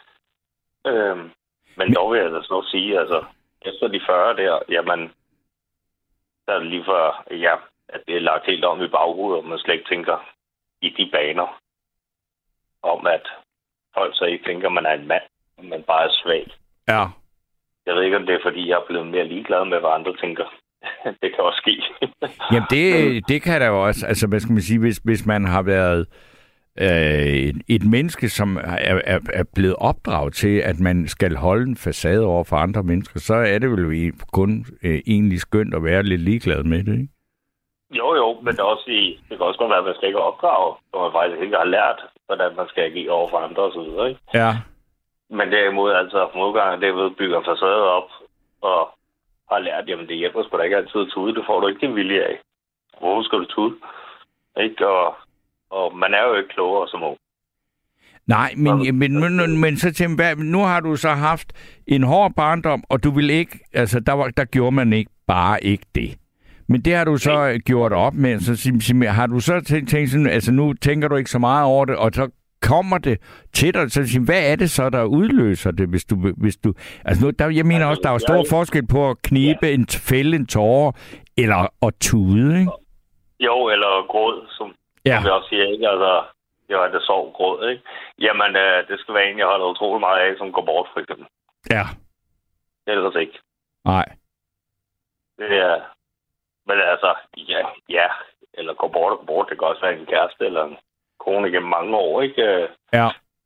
Øh, men, men dog vil jeg da så sige, altså, efter de fyrre der, jamen, der er det lige før, ja, at det er lagt helt om i baghovedet, og man slet ikke tænker i de baner om, at folk så ikke tænker, at man er en mand, men bare er svag. Ja. Jeg ved ikke, om det er, fordi jeg er blevet mere ligeglad med, hvad andre tænker. Det kan også ske. Jamen, det, det kan der jo også. Altså, hvad skal man sige, hvis, hvis man har været øh, et, et menneske, som er, er, er blevet opdraget til, at man skal holde en facade over for andre mennesker, så er det vel kun øh, egentlig skønt at være lidt ligeglad med det, ikke? Jo, jo, men det, også i, det kan også godt være, at man skal ikke opdrage, og man faktisk ikke har lært, hvordan man skal agere over for andre og så videre, ikke? Ja. Men derimod, altså, modgangen, det er ved at bygge en facade op, og har lært, jamen det hjælper sgu da ikke altid at tude, det får du ikke din vilje af. Hvorfor skal du tude? Ikke? Og, og man er jo ikke klogere som ung. Nej, men, men, men, men så tænker nu har du så haft en hård barndom, og du vil ikke, altså der, var, der gjorde man ikke bare ikke det. Men det har du så Nej. gjort op med, så har du så tænkt, tænkt sådan, altså nu tænker du ikke så meget over det, og så kommer det til dig, så hvad er det så, der udløser det, hvis du... Hvis du altså, nu, der, jeg mener også, der er stor forskel på at knibe ja. en fælde, en tårer, eller at tude, ikke? Jo, eller gråd, som, ja. som jeg også siger, ikke? Altså, jo, at det sov gråd, ikke? Jamen, øh, det skal være en, jeg holder utrolig meget af, som går bort, for eksempel. Ja. Ellers ikke. Nej. Det er... Men altså, ja, ja, eller går bort og går bort, det kan også være en kæreste, eller en kone gennem mange år, ikke? Ja.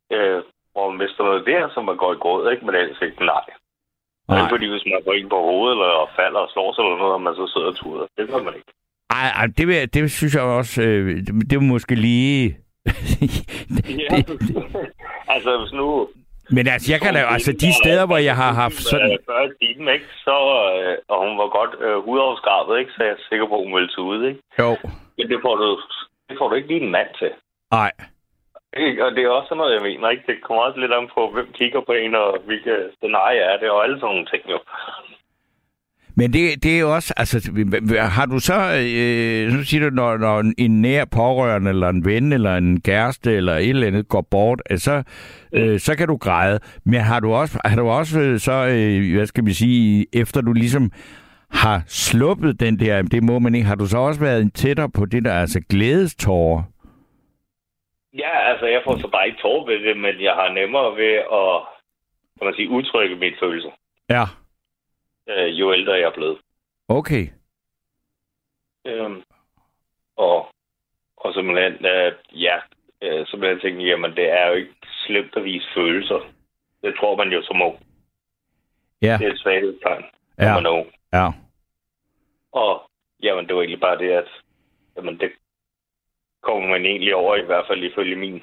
Øh, og hvis der er noget der, som man går i gråd, ikke? Men ellers ikke, nej. Det er ikke fordi, hvis man går ind på hovedet, eller falder og slår sig eller noget, og man så sidder og tuder. Det gør man ikke. Ej, ej det, vil, det synes jeg også, øh, det, det er måske lige... ja, altså hvis nu... Men altså, jeg kan da, altså de steder, hvor jeg har haft sådan... fyrre timer, ikke? Så, øh, og hun var godt øh, hudafskrabet, ikke? Så jeg er sikker på, at hun ville tage ud, ikke? Jo. Men det får du, det får du ikke lige en mand til. Nej. Og det er også sådan noget, jeg mener, ikke? Det kommer også lidt an på, hvem kigger på en, og hvilke scenarier er det, og alle sådan nogle ting, jo. Men det, det er jo også, altså, har du så, øh, nu siger du, når, når en nær pårørende, eller en ven, eller en kæreste, eller et eller andet går bort, så, øh, så kan du græde. Men har du også, har du også så, øh, hvad skal vi sige, efter du ligesom har sluppet den der, det må man ikke, har du så også været tættere på det der, altså glædestårer? Ja, altså, jeg får så bare ikke tårer ved det, men jeg har nemmere ved at, kan man sige, udtrykke mine følelser. Ja. Øh, jo ældre jeg er blevet. Okay. Øhm, og, og simpelthen, øh, ja, øh, simpelthen tænkte, jamen, det er jo ikke slemt at vise følelser. Det tror man jo som ung. Ja. Det er et svaghedstegn, når ja. man er ung. Ja. Og, jamen, det var egentlig bare det, at, jamen, det kommer man egentlig over, i hvert fald ifølge min.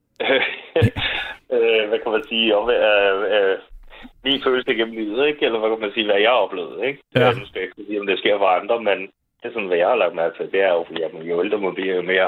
øh, hvad kan man sige om, øh, øh, min følelse gennem livet, ikke? Eller hvad kan man sige, hvad jeg har oplevet, ikke? Ja. Nu skal jeg ikke sige, om det sker for andre, men det er sådan, hvad jeg har lagt mærke til. Det er jo, jamen, jo ældre man bliver, jo mere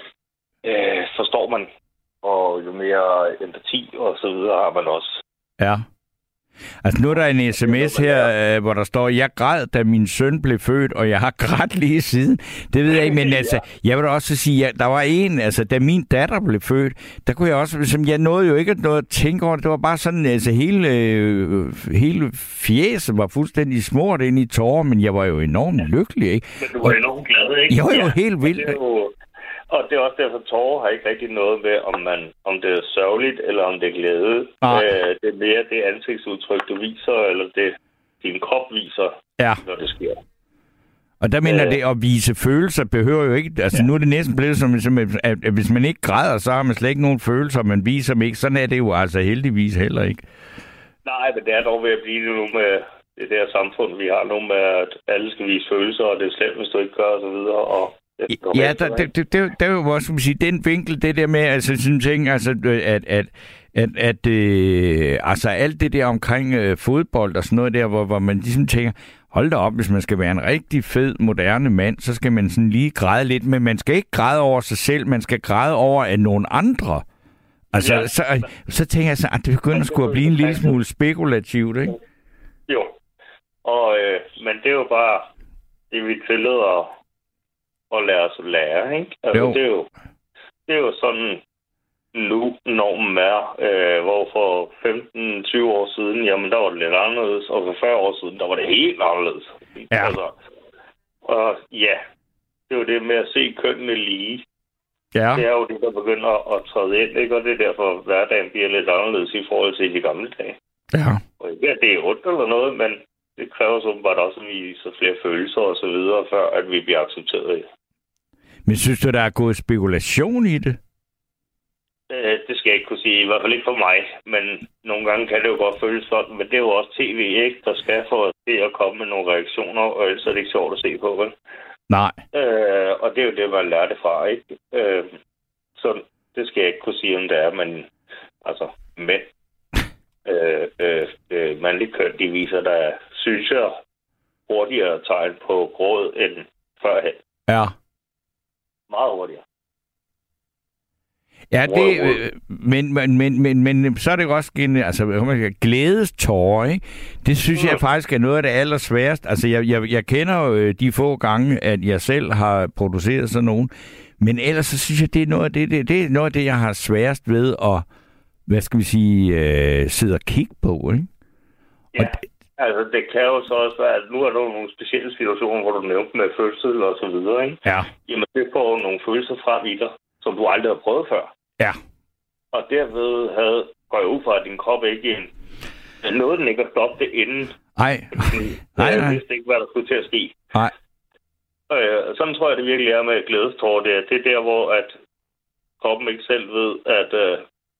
øh, forstår man, og jo mere empati og så videre har man også. Ja. Altså nu er der en sms her, hvor der står, jeg græd, da min søn blev født, og jeg har grædt lige siden. Det ved jeg ikke, men altså, jeg vil da også sige, at der var en, altså da min datter blev født, der kunne jeg også, som jeg nåede jo ikke noget at tænke over det, det var bare sådan, altså hele, øh, hele fjeset var fuldstændig smurt ind i tårer, men jeg var jo enormt lykkelig, ikke? Men du var og, enormt glad, ikke? Jeg var jo ja, helt vildt. Og det er også derfor, at tårer har ikke rigtig noget med, om, man, om det er sørgeligt, eller om det er glæde. Ah. Øh, det er mere det ansigtsudtryk, du viser, eller det din krop viser, ja. når det sker. Og der mener øh. det, at vise følelser behøver jo ikke... Altså ja. Nu er det næsten blevet som, som at, at hvis man ikke græder, så har man slet ikke nogen følelser, man viser dem ikke. Sådan er det jo altså heldigvis heller ikke. Nej, men det er dog ved at blive det nu med det der samfund, vi har nu med, at alle skal vise følelser, og det er slemt, hvis du ikke gør, og så videre, og... Ja, der, det, det, det, det er jo også, som sige, den vinkel, det der med, altså sådan ting, altså, at, at, at, at øh, altså alt det der omkring øh, fodbold og sådan noget der, hvor, hvor man ligesom tænker, hold da op, hvis man skal være en rigtig fed, moderne mand, så skal man sådan lige græde lidt, men man skal ikke græde over sig selv, man skal græde over af nogle andre. Altså, ja. så, så tænker jeg så, at det begynder sgu at blive en lille smule spekulativt, ikke? Jo, og, øh, men det er jo bare det, vi tillader og lade os lære, ikke? Altså, jo. Det, er jo, det er jo sådan, nu normen er, øh, hvor for femten til tyve år siden, jamen der var det lidt anderledes, og for fyrre år siden, der var det helt anderledes. Ja. Altså, og ja, det er jo det med at se kønnene lige. Ja. Det er jo det, der begynder at træde ind, ikke? Og det er derfor, at hverdagen bliver lidt anderledes i forhold til de gamle dage. Ja. Og ikke at det er ondt eller noget, men det kræver så bare også, at vi viser flere følelser og så videre, før at vi bliver accepteret i det. Men synes du, der er gået spekulation i det? Øh, det skal jeg ikke kunne sige. I hvert fald ikke for mig. Men nogle gange kan det jo godt føles sådan. Men det er jo også tv, ikke? Der skal få det at komme med nogle reaktioner, og ellers er det ikke sjovt at se på, vel? Nej. Øh, og det er jo det, man lærer det fra, ikke? Øh, så det skal jeg ikke kunne sige, om det er, men altså, mænd. øh, øh, øh, mandlige køn, de viser, der synes jeg hurtigere tegn på gråd end førhen. Ja. Meget hurtigere. Ja, det, øh, men, men, men, men, men så er det jo også altså, glædestårer, ikke? Det synes mm. jeg faktisk er noget af det allersværeste. Altså, jeg, jeg, jeg kender jo de få gange, at jeg selv har produceret sådan nogen, men ellers så synes jeg, det er noget af det, det, det er noget af det, jeg har sværest ved at, hvad skal vi sige, øh, sidde og kigge på, ikke? Ja, og det, altså det kan jo så også være, at nu er der nogle specielle situationer, hvor du nævnte med fødsel og så videre, ikke? Ja. Jamen, det får nogle følelser frem i dig, som du aldrig har prøvet før. Ja. Og derved havde, går jeg ud fra, at din krop ikke en, noget, den ikke at stoppe det inden. Nej. nej, jeg nej. vidste ikke, hvad der skulle til at ske. Nej. Øh, sådan tror jeg, det virkelig er med glædestårer. Det er, det er der, hvor at kroppen ikke selv ved, at øh,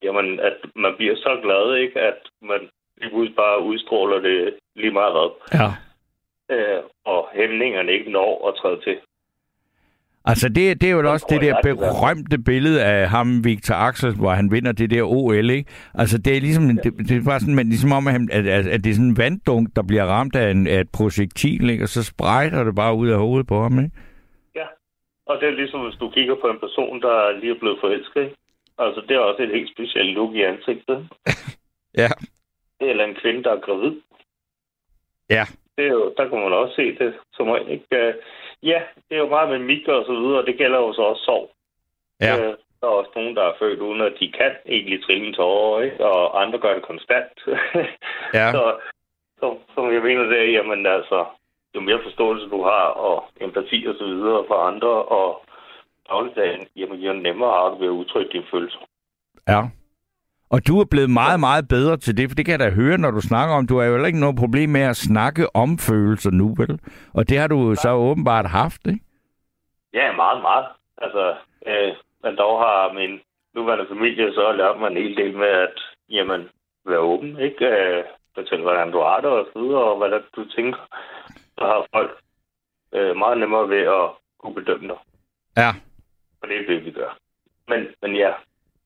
jamen, at man bliver så glad, ikke, at man lige bare udstråler det lige meget hvad. Ja. Øh, og hæmningerne ikke når at træde til. Altså, det, det er jo også det der berømte billede af ham, Victor Axelsen, hvor han vinder det der O L, ikke? Altså, det er ligesom, det, det er bare sådan, man, ligesom om, at, at, at det er sådan en vanddunk, der bliver ramt af, en, af et projektil, ikke? Og så sprejter det bare ud af hovedet på ham, ikke? Ja, og det er ligesom, hvis du kigger på en person, der lige er blevet forelsket, ikke? Altså, det er også et helt specielt look i ansigtet. Ja. Eller en kvinde, der er gravid. Ja. Det er jo, der kan man også se det som regel, ikke? Ja, det er jo meget med mikro og så videre, og det gælder jo så også sov. Ja. Øh, der er også nogen, der er født uden, at de kan egentlig trille en tårer, ikke? Og andre gør det konstant. Ja. så, så, som jeg mener, det er, jamen altså, jo mere forståelse du har, og empati og så videre for andre, og dagligdagen, jamen jo nemmere har du ved at udtrykke dine følelser. Ja. Og du er blevet meget, meget bedre til det, for det kan jeg da høre, når du snakker om. Du har jo heller ikke noget problem med at snakke om følelser nu, vel? Og det har du ja. så åbenbart haft, ikke? Ja, meget, meget. Altså, øh, men dog har min nuværende familie så lært mig en hel del med at, jamen, være åben, ikke? Øh, fortælle, hvordan du har det og så videre, og hvad du tænker. Så har folk øh, meget nemmere ved at kunne bedømme dig. Ja. Og det er det, vi gør. Men, men ja.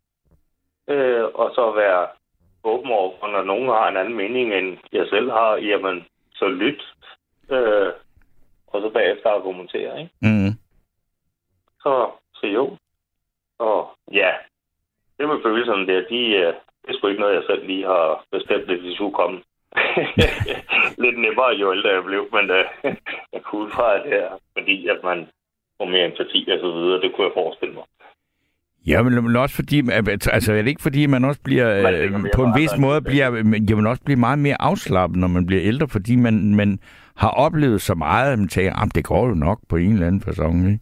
Øh, og så være åben over, for når nogen har en anden mening, end jeg selv har, jamen, så lyt. Øh, og så bagefter argumentere, ikke? Mm. Så, så jo. Og ja, det med følelserne der, de, det er sgu ikke noget, jeg selv lige har bestemt, hvis de skulle komme. Lidt nemmere jo ældre jeg blev, men uh, jeg kunne udfra det her, fordi at man får mere empati og så videre, det kunne jeg forestille mig. Ja, men også fordi, altså er det ikke fordi, man også bliver, man øh, på en vis måde, bliver, ja, man også bliver meget mere afslappet, når man bliver ældre, fordi man, man har oplevet så meget, at man tænker, at det går jo nok på en eller anden facon, ikke?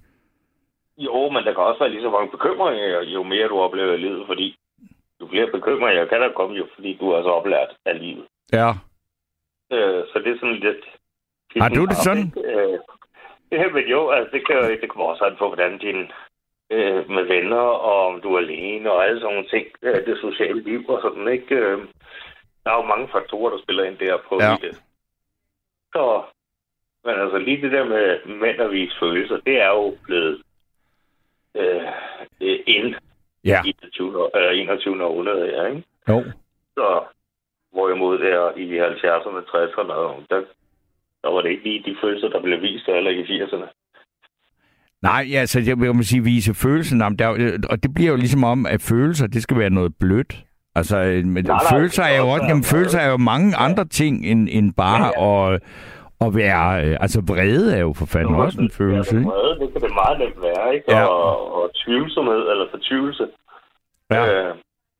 Jo, men der kan også være lige så mange bekymringer, jo mere du oplever i livet, fordi jo flere bekymringer kan der komme, jo fordi du er så oplært af livet. Ja. Øh, så det er sådan lidt... Det har du det sådan? Øh, ja, men jo, altså det kan det kommer også an på, hvordan din... Øh, med venner, og om du er alene, og alle sådan nogle ting. Øh, det sociale liv og sådan, ikke? Øh, der er jo mange faktorer, der spiller ind der på ja. det. Så, men altså lige det der med mænd og vise følelser, det er jo blevet øh, ind ja. i det enogtyvende århundrede her, ikke? Jo. Så, hvorimod der i halvfjerdserne, tresserne, der, der var det ikke lige de følelser, der blev vist, eller i firserne. Nej, altså, jeg vil sige, vise følelsen om, der, og det bliver jo ligesom om, at følelser, det skal være noget blødt. Altså, men nej, følelser nej, er jo også, jamen, følelser er jo mange ja. andre ting, end, end bare ja, ja. At, at være, altså, vrede er jo for fanden ja, også en følelse, ja, ikke? Vrede, det kan det meget nemt være, ikke? Ja. Og, og tvivlsomhed, eller fortvivlelse. Ja. Øh,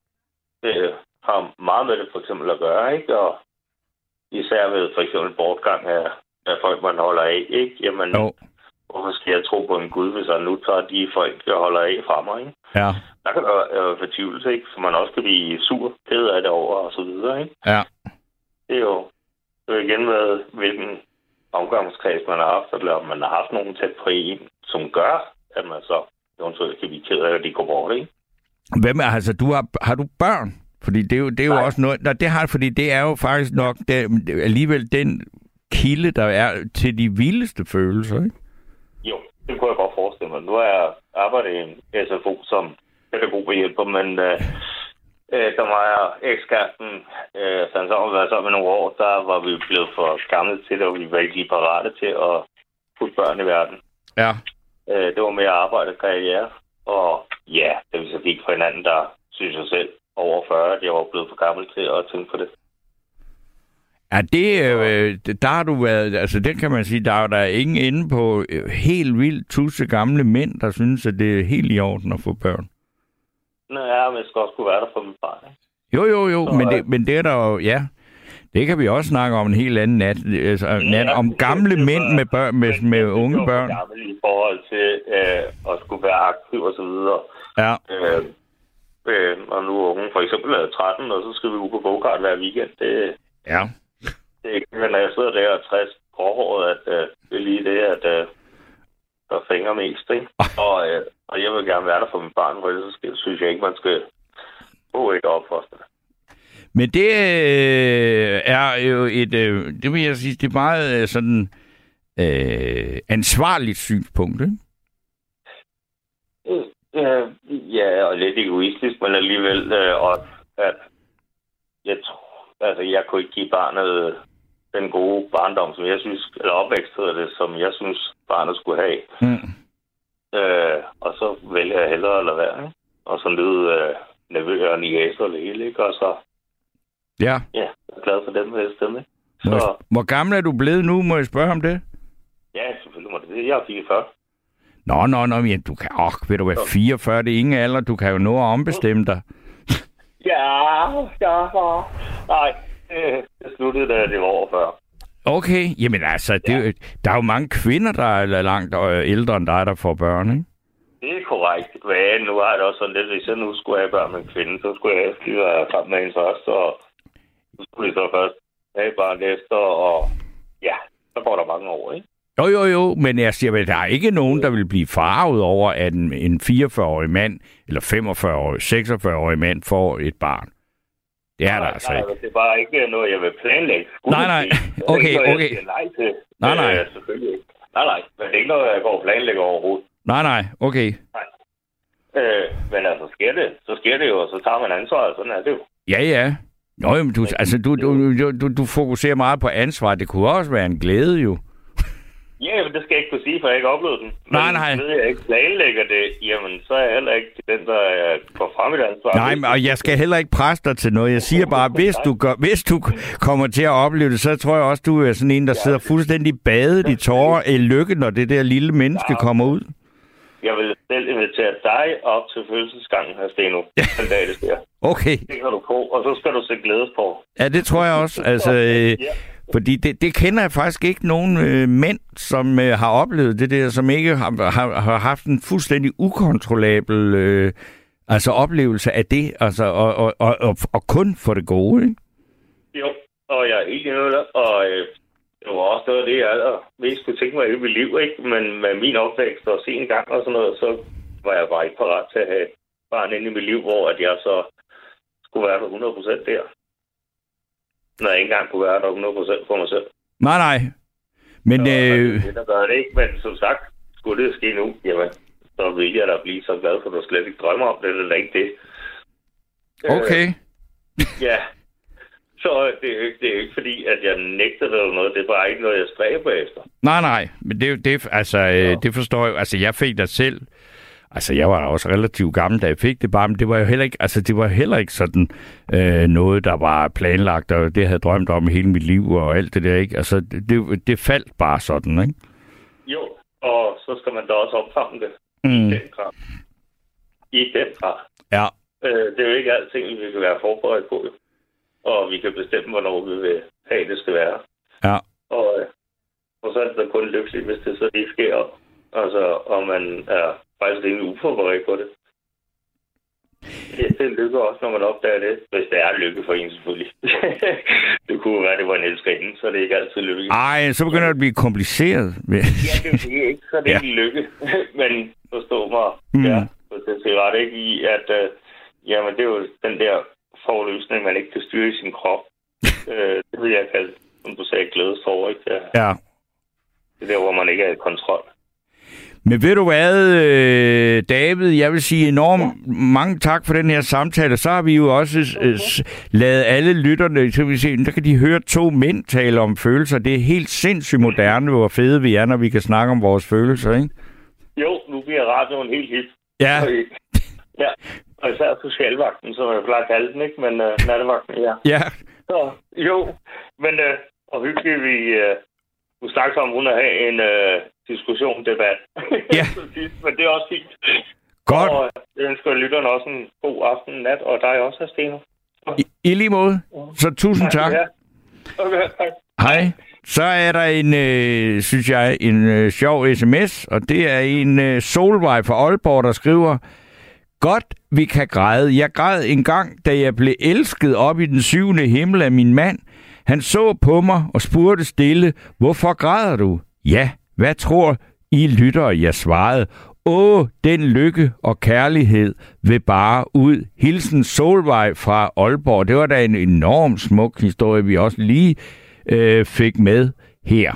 det har meget med det for eksempel at gøre, ikke? Og især ved for eksempel bortgang af, af folk, man holder af, ikke? Jamen, jo. Hvorfor skal jeg tro på en Gud, hvis han nu tager de folk, jeg holder af fra mig, ikke? Ja. Der kan være øh, fortvivlelse, ikke? Så man også kan blive sur, ked af det over, og så videre, ikke? Ja. Det er jo, det er igen med, hvilken omgangskreds man har haft, eller om man har haft nogen tæt på en, som gør, at man så eventuelt kan blive ked af, at de går bort, ikke? Hvem er, altså, du har, har du børn? Fordi det er jo, det er jo også noget, der, det har, fordi det er jo faktisk nok det, alligevel den kilde, der er til de vildeste følelser, ikke? Jo, det kunne jeg godt forestille mig. Nu har jeg arbejdet i en S F O som pædagogehjælper, men øh, øh, da mig og ekskæresten øh, fandt sammen at være sammen med nogle år, der var vi blevet for gamle til det, og vi var ikke lige parate til at putte børn i verden. Ja. Øh, det var mere arbejde og karriere, og ja, da vi så gik fra hinanden, der synes jeg selv over fyrre, at jeg var blevet for gammel til at tænke på det. Ja, det, øh, der har du været, altså det kan man sige, der er der ingen inde på helt vildt tusse gamle mænd, der synes, at det er helt i orden at få børn. Nå ja, men jeg skal også kunne være der for min barn, ikke? Jo, jo, jo, så, men, det, men det er der jo, ja, det kan vi også snakke om en helt anden nat, altså, ja, nat om gamle det, mænd med, børn, med, med, med unge børn. Gammel i forhold til øh, at skulle være aktiv og så videre. Ja. Øh, øh, og nu er unge for eksempel er tretten, og så skal vi ud på go-kart hver weekend. Det, ja. Det er ikke, men når jeg sidder der og tres gråhåret, at øh, det er lige det, at øh, der fænger mest, ikke? Og, øh, og jeg vil gerne være der for mit barn, for ellers synes jeg ikke, man skal kunne ikke opfostre det. Men det øh, er jo et, øh, det vil jeg sige, det er meget øh, sådan øh, ansvarligt synspunkt, ikke? Øh, ja, og lidt egoistisk, men alligevel øh, også, at jeg tror, altså jeg kunne ikke give barnet den gode barndom, som jeg synes, eller opvækst hedder det, som jeg synes, barnet skulle have. Mm. Øh, og så vælger jeg hellere at lade være, ikke? Og så lyde øh, nervøs og niæser og det hele, ikke? Og så, ja, ja, jeg er glad for dem, vil stemme. Så... Hvor, hvor gammel er du blevet nu, må jeg spørge om det? Ja, selvfølgelig må det det. Jeg er fireogfyrre. Nå, nå, nå, men du kan, åh, ved du hvad, fireogfyrre, det er ingen alder, du kan jo nå at ombestemme dig. Ja, ja, nej, det sluttede, da det var over før. Okay, jamen altså, det, ja. Der er jo mange kvinder, der er langt ældre end dig, der får børn, ikke? Det er korrekt. Men nu har jeg det også sådan lidt, hvis jeg nu skulle have børn med en kvinde, så skulle jeg lige være sammen med hende først, og så skulle jeg så først have barn efter, og ja, så går der mange år, ikke? Jo, jo, jo, men jeg siger, at der er ikke nogen, der vil blive farvet over, at en, en fireogfyrre-årig mand, eller femogfyrre-årig, seksogfyrre-årig mand får et barn. Det er nej, der altså nej, ikke. Det er bare ikke noget, jeg vil planlægge. Skulle nej, nej, okay, noget, okay. Jeg nej til. Nej, nej. Øh, selvfølgelig ikke. Nej, nej, men det er ikke noget, jeg går og planlægger overhovedet. Nej, nej, okay. Nej. Øh, men altså, sker det, så sker det jo, og så tager man ansvaret, sådan er det jo. Ja, ja. Nå, men du, altså, du, du, du, du fokuserer meget på ansvar. Det kunne også være en glæde, jo. Ja, men det skal jeg ikke kunne sige, for jeg ikke oplevede den. Men nej, nej. hvis jeg ikke planlægger det, jamen, så er jeg heller ikke den, der går frem i det ansvar. Nej, og jeg skal heller ikke presse dig til noget. Jeg siger bare, hvis du, gør, hvis du kommer til at opleve det, så tror jeg også, du er sådan en, der sidder fuldstændig badet i tårer i lykke, når det der lille menneske ja. kommer ud. Jeg vil selv invitere dig op til fødselsgangen her, Steno, den dag, det sker. Okay. Det kan du på, og så skal du se glædes på. Ja, det tror jeg også. Altså, øh, ja. Fordi det, det kender jeg faktisk ikke nogen øh, mænd, som øh, har oplevet det der, som ikke har, har, har haft en fuldstændig ukontrollabel øh, altså oplevelse af det, altså, og, og, og, og, og kun for det gode, ikke? Jo, og jeg er helt enig med dig, og øh, det var også noget af det, jeg allermest kunne tænke mig i mit liv, ikke? Men med min opvækst og sen gang og sådan noget, så var jeg bare ikke parat til at have barn inde i mit liv, hvor at jeg så skulle være der hundrede procent der. Når jeg ikke engang kunne være der hundrede procent for mig selv. Nej, nej. Men så, øh... det, der gør det ikke, men som sagt, skulle det ske nu, jamen, så vil jeg da blive så glad, for du slet ikke drømmer om det, eller ikke det. Okay. Øh, ja. Så det er, ikke, det er ikke fordi, at jeg nægter det eller noget. Det er bare ikke noget, jeg stræber efter. Nej, nej. Men det, det, altså, ja. det forstår jeg. Altså, jeg fik det selv. Altså, jeg var da også relativt gammel, da jeg fik det bare, men det var jo heller ikke, altså, det var heller ikke sådan øh, noget, der var planlagt, og det jeg havde drømt om i hele mit liv og alt det der, ikke? Altså, det, det faldt bare sådan, ikke? Jo, og så skal man da også omfavne det mm. i den grad. I den grad. Ja. Øh, det er jo ikke alting, vi kan være forberedt på, jo. Og vi kan bestemme, hvornår vi vil have, det skal være. Ja. Og, og så er det da kun lykkeligt, hvis det så lige sker, altså, og man er faktisk rimelig uforberedt på det. Ja, det lykker også, når man opdager det. Hvis det er lykke for en, selvfølgelig. Det kunne være, det var en elskerinde, så det er ikke altid lykke. Ej, så begynder det at blive kompliceret. Ja, det er ikke, så det er ja. ikke lykke. Men forstå mig, mm. ja, det ser ret ikke i, at uh, jamen, det er jo den der forløsning, man ikke kan styre i sin krop. uh, det vil jeg kalde, som du sagde, glædesår, ikke? Ja. ja. Det er der, hvor man ikke er i kontrol. Men ved du hvad, David, jeg vil sige enormt ja. mange tak for den her samtale. Så har vi jo også okay. lavet alle lytterne, så vi se, der kan de høre to mænd tale om følelser. Det er helt sindssygt moderne, hvor fede vi er, når vi kan snakke om vores følelser, ikke? Jo, nu bliver radioen helt hit. Ja. Ja, og især socialvagten, som jeg plejer at kalde den, ikke? Men uh, nattevagten, ja. Ja. Så, jo, men uh, og hyggeligt, vi uh, kunne snakke om, uden at have en uh, diskussion, debat. Ja. Men det er også fint. Godt. Og jeg ønsker lytterne også en god aften, nat, og dig også, her, Steno. I, I lige måde. Så tusind tak. Ja. Okay, tak. Hej. Så er der en, øh, synes jeg, en øh, sjov sms, og det er en øh, Solvej fra Aalborg, der skriver: godt, vi kan græde. Jeg græd en gang, da jeg blev elsket op i den syvende himmel af min mand. Han så på mig og spurgte stille: hvorfor græder du? Ja, hvad tror I lytter? Jeg svarede: Åh, den lykke og kærlighed vil bare ud. Hilsen Solvej fra Aalborg. Det var da en enorm smuk historie, vi også lige øh, fik med her.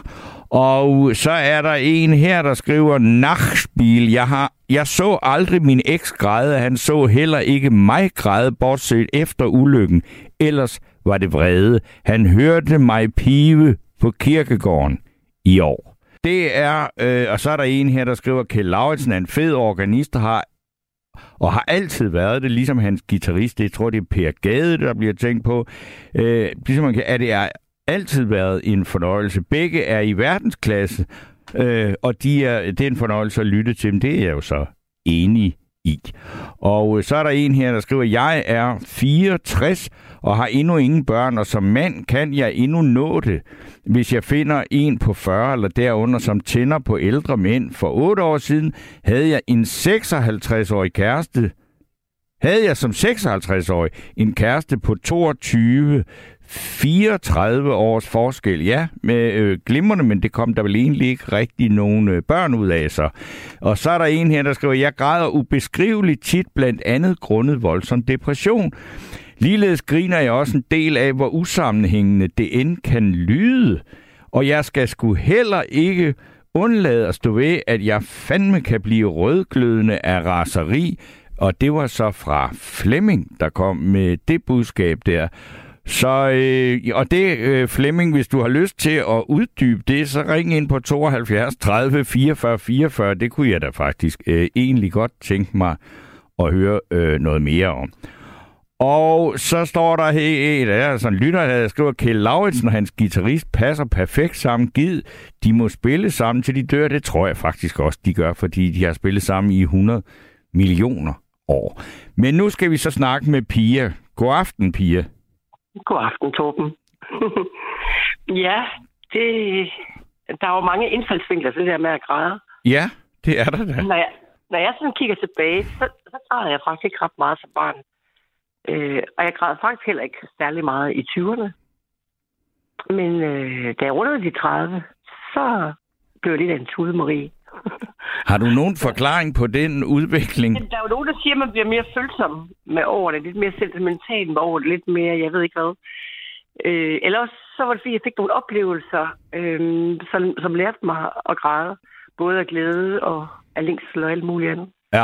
Og så er der en her, der skriver, Nachspiel. Jeg, har, jeg så aldrig min eks græde. Han så heller ikke mig græde, bortset efter ulykken. Ellers var det vrede. Han hørte mig pive på kirkegården i år. Det er, øh, og så er der en her, der skriver, Kjeld Lauritsen er en fed organist, og har, og har altid været det, ligesom hans guitarist. Det tror det er Per Gade, der bliver tænkt på. Øh, ligesom man kan, at det er altid været en fornøjelse. Begge er i verdensklasse, øh, og de er, det er en fornøjelse at lytte til dem. Det er jeg jo så enig i. Og øh, så er der en her, der skriver, jeg er fireogtres og har endnu ingen børn, og som mand kan jeg endnu nå det, hvis jeg finder en på fyrre eller derunder, som tænder på ældre mænd. For otte år siden havde jeg en seksoghalvtreds-årig kæreste. Havde jeg som seksoghalvtreds-årig en kæreste på toogtyve, fireogtredive års forskel. Ja, med øh, glimrende, men det kom der vel egentlig ikke rigtig nogen øh, børn ud af sig. Og så er der en her, der skriver, jeg græder ubeskriveligt tit, blandt andet grundet voldsom depression. Ligeledes griner jeg også en del af, hvor usammenhængende det end kan lyde. Og jeg skal sgu heller ikke undlade at stå ved, at jeg fandme kan blive rødglødende af raseri. Og det var så fra Flemming, der kom med det budskab der. Så, øh, og det, øh, Flemming, hvis du har lyst til at uddybe det, så ring ind på tooghalvfjerds tredive fireogfyrre fireogfyrre. Det kunne jeg da faktisk øh, egentlig godt tænke mig at høre øh, noget mere om. Og så står der her, der er sådan en lytter, der skriver, Kjeld Lauritsen og hans guitarist passer perfekt sammen. Gid, de må spille sammen til de dør. Det tror jeg faktisk også, de gør, fordi de har spillet sammen i hundrede millioner år. Men nu skal vi så snakke med Pia. God aften, Pia. God aften, Torben. Ja, det, der er jo mange indfaldsvinkler til det der med at græde. Ja, det er der da. Når jeg, når jeg sådan kigger tilbage, så, så græder jeg faktisk ikke ret meget som barn. Øh, og jeg græd faktisk heller ikke særlig meget i tyverne. Men øh, da jeg rundede de tredive, så blev jeg lidt af en tudemarie. Har du nogen forklaring på den udvikling? Der er jo nogen, der siger, at man bliver mere følsom med over det. Lidt mere sentimental med over det. Lidt mere, jeg ved ikke hvad. Øh, eller også så var det, fordi jeg fik nogle oplevelser, øh, som, som lærte mig at græde. Både af glæde og af længsel og alt muligt andet. Ja.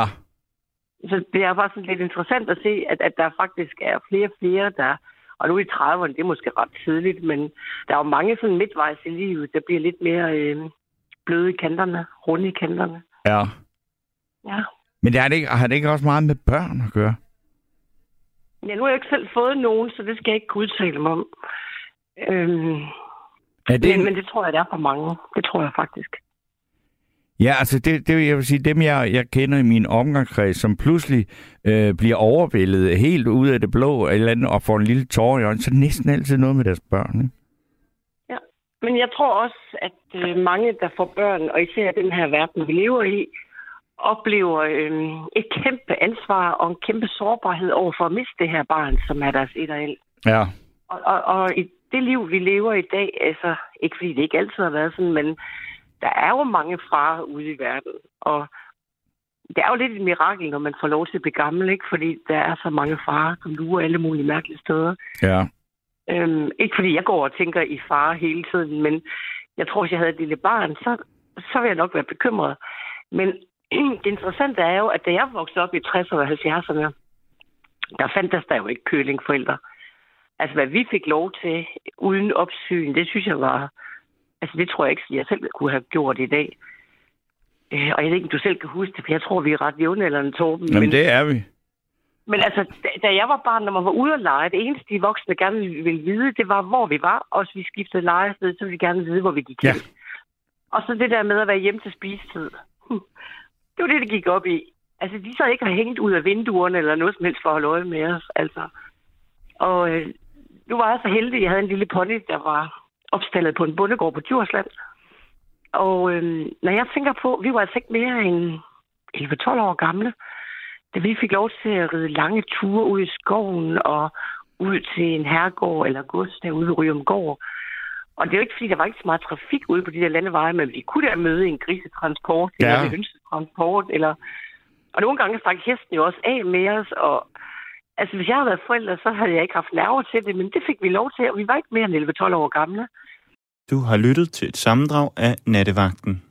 Så det er faktisk lidt interessant at se, at, at der faktisk er flere og flere, der... Og nu i trediverne, det er måske ret tidligt, men der er jo mange sådan midtvejs i livet, der bliver lidt mere øh, bløde i kanterne, runde i kanterne. Ja. Ja. Men det har, det ikke, har det ikke også meget med børn at gøre? Ja, nu har jeg ikke selv fået nogen, så det skal jeg ikke kunne udtale mig om. Øhm, er det... men, men det tror jeg, det er for mange. Det tror jeg faktisk. Ja, altså det, det jeg vil sige, dem jeg, jeg kender i min omgangskreds, som pludselig øh, bliver overvældet helt ud af det blå eller andet, og får en lille tår i øjnene, så er det næsten altid noget med deres børn, ikke? Ja, men jeg tror også, at øh, mange, der får børn, og især den her verden, vi lever i, oplever øh, et kæmpe ansvar og en kæmpe sårbarhed over for at miste det her barn, som er deres et og alt. Ja. Og, og, og i det liv, vi lever i dag, altså ikke fordi det ikke altid har været sådan, men der er jo mange farer ude i verden, og det er jo lidt et mirakel, når man får lov til at blive gammel, ikke? Fordi der er så mange farer, som lurer alle mulige mærkelige steder. Ja. Øhm, ikke fordi jeg går og tænker i fare hele tiden, men jeg tror, hvis jeg havde et lille barn, så, så ville jeg nok være bekymret. Men det interessante er jo, at da jeg voksede op i tresserne og halvfjerdserne, der fandtes der jo ikke kølingforældre. Altså, hvad vi fik lov til uden opsyn, det synes jeg var... Altså, det tror jeg ikke, jeg selv kunne have gjort i dag. Øh, og jeg ved ikke, om du selv kan huske det, for jeg tror, vi er ret jævnaldrende, Torben. Jamen, men, det er vi. Men altså, da, da jeg var barn, når man var ude at lege, det eneste, de voksne gerne ville vide, det var, hvor vi var. Og hvis vi skiftede lejested, så ville vi gerne vide, hvor vi gik hen. Ja. Og så det der med at være hjemme til spisetid. Det var det, det gik op i. Altså, de så ikke har hængt ud af vinduerne eller noget som helst for at holde øje med os. Altså. Og øh, nu var jeg så heldig, at jeg havde en lille pony, der var opstallet på en bondegård på Djursland. Og øh, når jeg tænker på, vi var altså ikke mere end elleve tolv år gamle, da vi fik lov til at ride lange ture ud i skoven og ud til en herregård eller gods derude ved Ryumgård. Og det er jo ikke, fordi der var ikke så meget trafik ude på de der landeveje, men vi kunne da møde en grisetransport, ja. eller en hønsetransport, eller... Og nogle gange stak hesten jo også af med os, og... Altså, hvis jeg havde været forældre, så havde jeg ikke haft nerver til det, men det fik vi lov til, og vi var ikke mere end elleve tolv år gamle. Du har lyttet til et sammendrag af Nattevagten.